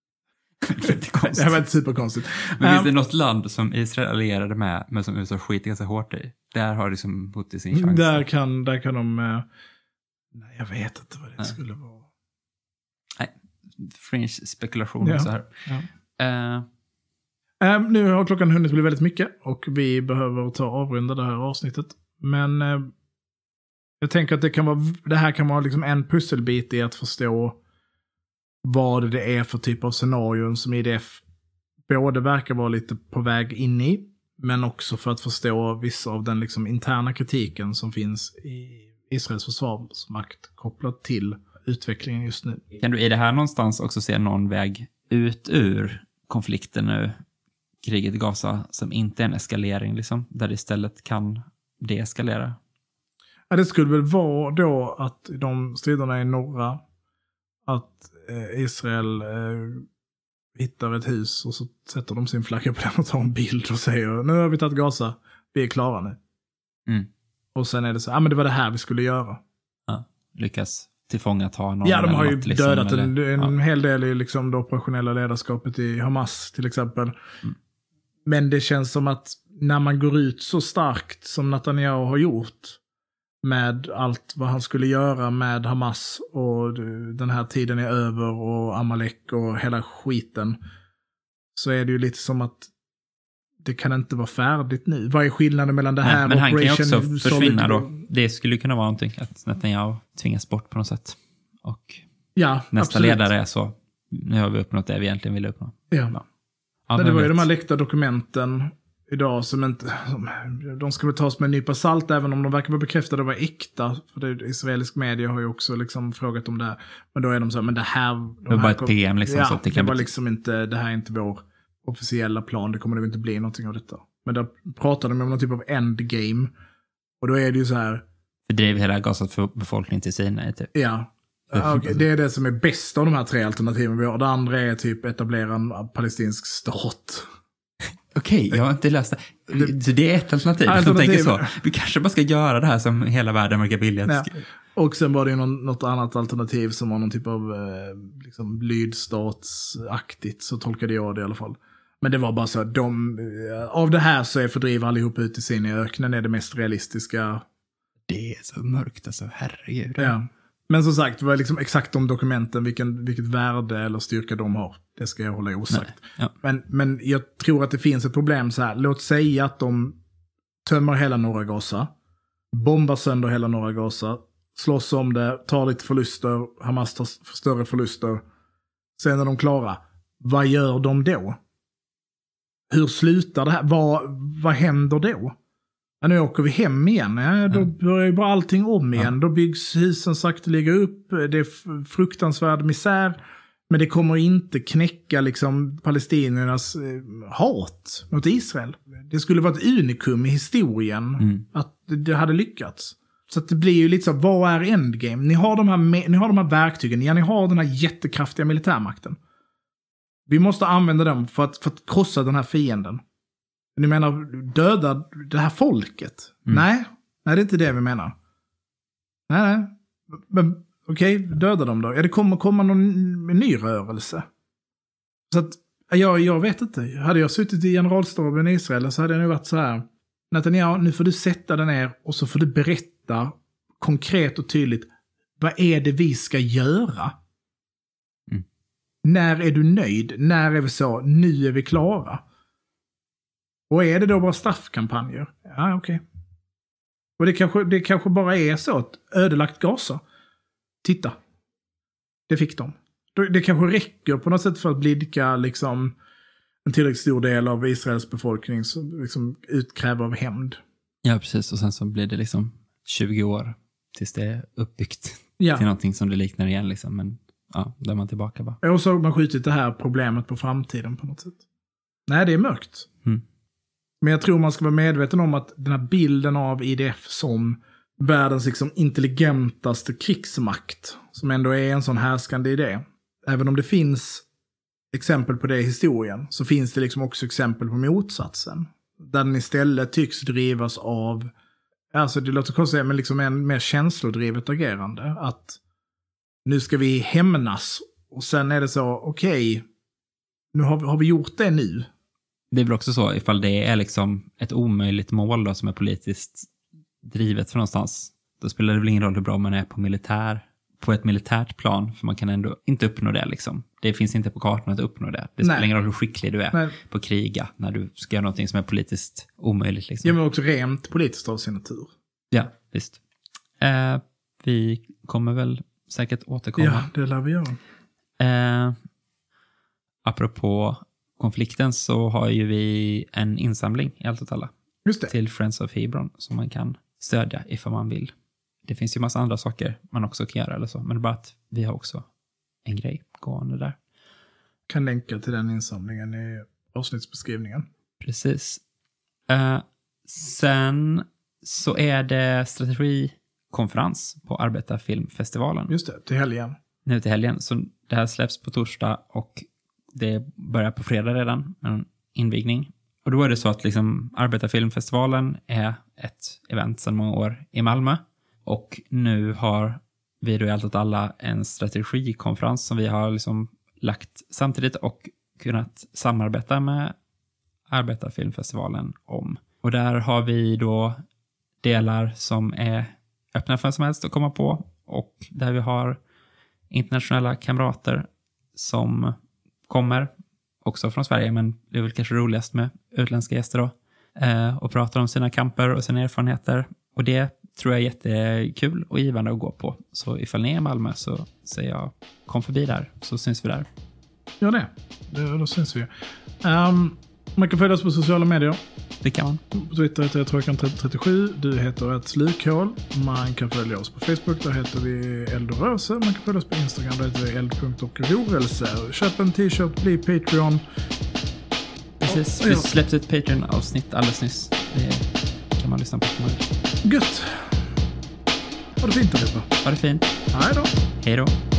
Det här var inte superkonstigt. Men um, finns det något land som Israel allierade med men som U S A skiter ganska hårt i? Där har liksom Houthi sin chans. Där kan, där kan de... Uh, nej, jag vet inte vad det nej. skulle vara. Nej, fringe spekulation ja. så här. Ja. Uh, um, nu har klockan hunnit bli väldigt mycket och vi behöver ta avrunda det här avsnittet. Men uh, jag tänker att det, kan vara, det här kan vara liksom en pusselbit i att förstå vad det är för typ av scenarion som I D F både verkar vara lite på väg in i, Men också för att förstå vissa av den liksom interna kritiken som finns i Israels försvarsmakt kopplat till utvecklingen just nu. Kan du i det här någonstans också se någon väg ut ur konflikten nu, kriget i Gaza, som inte är en eskalering liksom, där det istället kan deeskalera? Ja, det skulle väl vara då att de striderna i norra, att eh, Israel eh, hittar ett hus och så sätter de sin flagga på den och tar en bild och säger nu har vi tagit Gaza, vi är klara nu. Mm. Och sen är det så, ja ah, men det var det här vi skulle göra. Ja, lyckas tillfångata någon. Ja, de har ju något, liksom, dödat eller, en, en ja. hel del i liksom det operationella ledarskapet i Hamas till exempel. Mm. Men det känns som att när man går ut så starkt som Netanyahu har gjort med allt vad han skulle göra med Hamas och den här tiden är över och Amalek och hela skiten, så är det ju lite som att det kan inte vara färdigt nu. Vad är skillnaden mellan det här Nej, men han kan ju också Solid... försvinna då. Det skulle kunna vara någonting att Netanyahu tvingas bort på något sätt. Och ja, nästa absolut. ledare är så, nu har vi uppnått det vi egentligen ville uppnå. Ja. Ja. Ja, men det var ju vet. de här läckta dokumenten idag som inte, som, de ska väl tas med en nypa salt även om de verkar vara bekräftade och vara äkta. För det, israelisk media har ju också liksom frågat om det här. Men då är de så här, men det här... De det var här bara ett kom, P M liksom. Ja, så att det det kan var bety- liksom inte, det här är inte vår officiella plan. Det kommer nog inte bli någonting av detta. Men då pratade de om någon typ av endgame. Och då är det ju så här... Fördriv hela Gazas för befolkningen till Sinai typ. Ja. Ja, okay. Det är det som är bäst av de här tre alternativen vi har. Det andra är typ etablera en palestinsk stat. Okej, okay, jag har inte läst det. Så det är ett alternativ. alternativ. Tänker så. Vi kanske bara ska göra det här som hela världen verkar vilja. Ja. Och sen var det ju någon, något annat alternativ som var någon typ av eh, liksom lydstatsaktigt, så tolkade jag det i alla fall. Men det var bara så att de, eh, av det här så är fördriva allihop ut i sin i öknen är det mest realistiska. Det är så mörkt alltså, herregud. Ja. Men som sagt, det var liksom exakt de dokumenten, vilken, vilket värde eller styrka de har. Det ska jag hålla osagt. Ja. Men, men jag tror att det finns ett problem så här. Låt säga att de tömmer hela norra Gaza, bombar sönder hela norra Gaza, slåss om det, tar lite förluster, Hamas tar större förluster. Sen är de klara. Vad gör de då? Hur slutar det här? Vad, vad händer då? Ja, nu åker vi hem igen. Ja, då börjar ju bara allting om igen. Ja. Då byggs husen sakteliga upp. Det är fruktansvärd misär. Men det kommer inte knäcka liksom palestiniernas eh, hat mot Israel. Det skulle vara ett unikum i historien mm. att det hade lyckats. Så att det blir ju lite så, vad är endgame? Ni har de här, ni har de här verktygen. Ja, ni har den här jättekraftiga militärmakten. Vi måste använda dem för att, för att krossa den här fienden. Ni menar döda det här folket? Mm. Nej, nej, det är inte det vi menar. Nej, nej. Men okej, okay, döda dem då. Ja, det kommer komma någon ny rörelse. Så att, jag, jag vet inte. Hade jag suttit i generalstaben i Israel så hade jag nog varit så här. Netanyahu, nu får du sätta dig ner och så får du berätta konkret och tydligt. Vad är det vi ska göra? Mm. När är du nöjd? När är vi så? Nu är vi klara. Och är det då bara straffkampanjer? Ja, okej. Okay. Och det kanske, det kanske bara är så att ödelagt Gaza. Titta. Det fick de. Det kanske räcker på något sätt för att blidka liksom en tillräckligt stor del av Israels befolkning som liksom utkräver av hämnd. Ja, precis. Och sen så blir det liksom tjugo år tills det är uppbyggt ja. till någonting som det liknar igen liksom. Men ja, där är man tillbaka bara. Och så har man skjutit det här problemet på framtiden på något sätt. Nej, det är mörkt. Mm. Men jag tror man ska vara medveten om att den här bilden av I D F som världens liksom intelligentaste krigsmakt, som ändå är en sån härskande idé. Även om det finns exempel på det i historien, så finns det liksom också exempel på motsatsen. Där den istället tycks drivas av, alltså det låter konstigt, men liksom en mer känslodrivet agerande. Att nu ska vi hämnas, och sen är det så, okej, okay, nu har vi, har vi gjort det nu. Det är väl också så, ifall det är liksom ett omöjligt mål då, som är politiskt drivet för någonstans, då spelar det väl ingen roll hur bra man är på militär, på ett militärt plan, för man kan ändå inte uppnå det liksom. Det finns inte på kartan att uppnå det. Det spelar Nej. ingen roll hur skicklig du är Nej. på kriga när du ska göra någonting som är politiskt omöjligt liksom. Ja, men också rent politiskt av sin natur. Ja, visst. Eh, vi kommer väl säkert återkomma. Ja, det lär vi göra. Eh, apropå konflikten så har ju vi en insamling i allt åt alla. Just det. Till Friends of Hebron som man kan stödja ifall man vill. Det finns ju massa andra saker man också kan göra eller så. Men det är bara att vi har också en grej gående där. Kan länka till den insamlingen i avsnittsbeskrivningen. Precis. Uh, sen så är det strategikonferens på Arbetarfilmfestivalen. Just det, till helgen. Nu till helgen. Så det här släpps på torsdag och det börjar på fredag redan med en invigning. Och då är det så att liksom Arbetarfilmfestivalen är ett event sedan många år i Malmö. Och nu har vi då i allt åt alla en strategikonferens som vi har liksom lagt samtidigt och kunnat samarbeta med Arbetarfilmfestivalen om. Och där har vi då delar som är öppna för som helst att komma på. Och där vi har internationella kamrater som kommer också från Sverige, men det är väl kanske roligast med utländska gäster då. Eh, och pratar om sina kamper och sina erfarenheter. Och det tror jag är jättekul och givande att gå på. Så ifall ni är i Malmö så säger jag kom förbi där så syns vi där. Ja det, det då syns vi. Um, man kan följa oss på sociala medier. Det kan man. På Twitter heter jag Trojan trettiosju. Du heter ett slukhål. Man kan följa oss på Facebook. Där heter vi Eld och Rörelse. Man kan följa oss på Instagram. Där heter vi eld punkt och rörelse. Köp en t-shirt, bli Patreon. Precis, och, vi ja. släppte ett Patreon-avsnitt alldeles nyss. Det kan man lyssna på. Gött. Ha det fint allihopa. Ha det fint. Hej då. Hej då.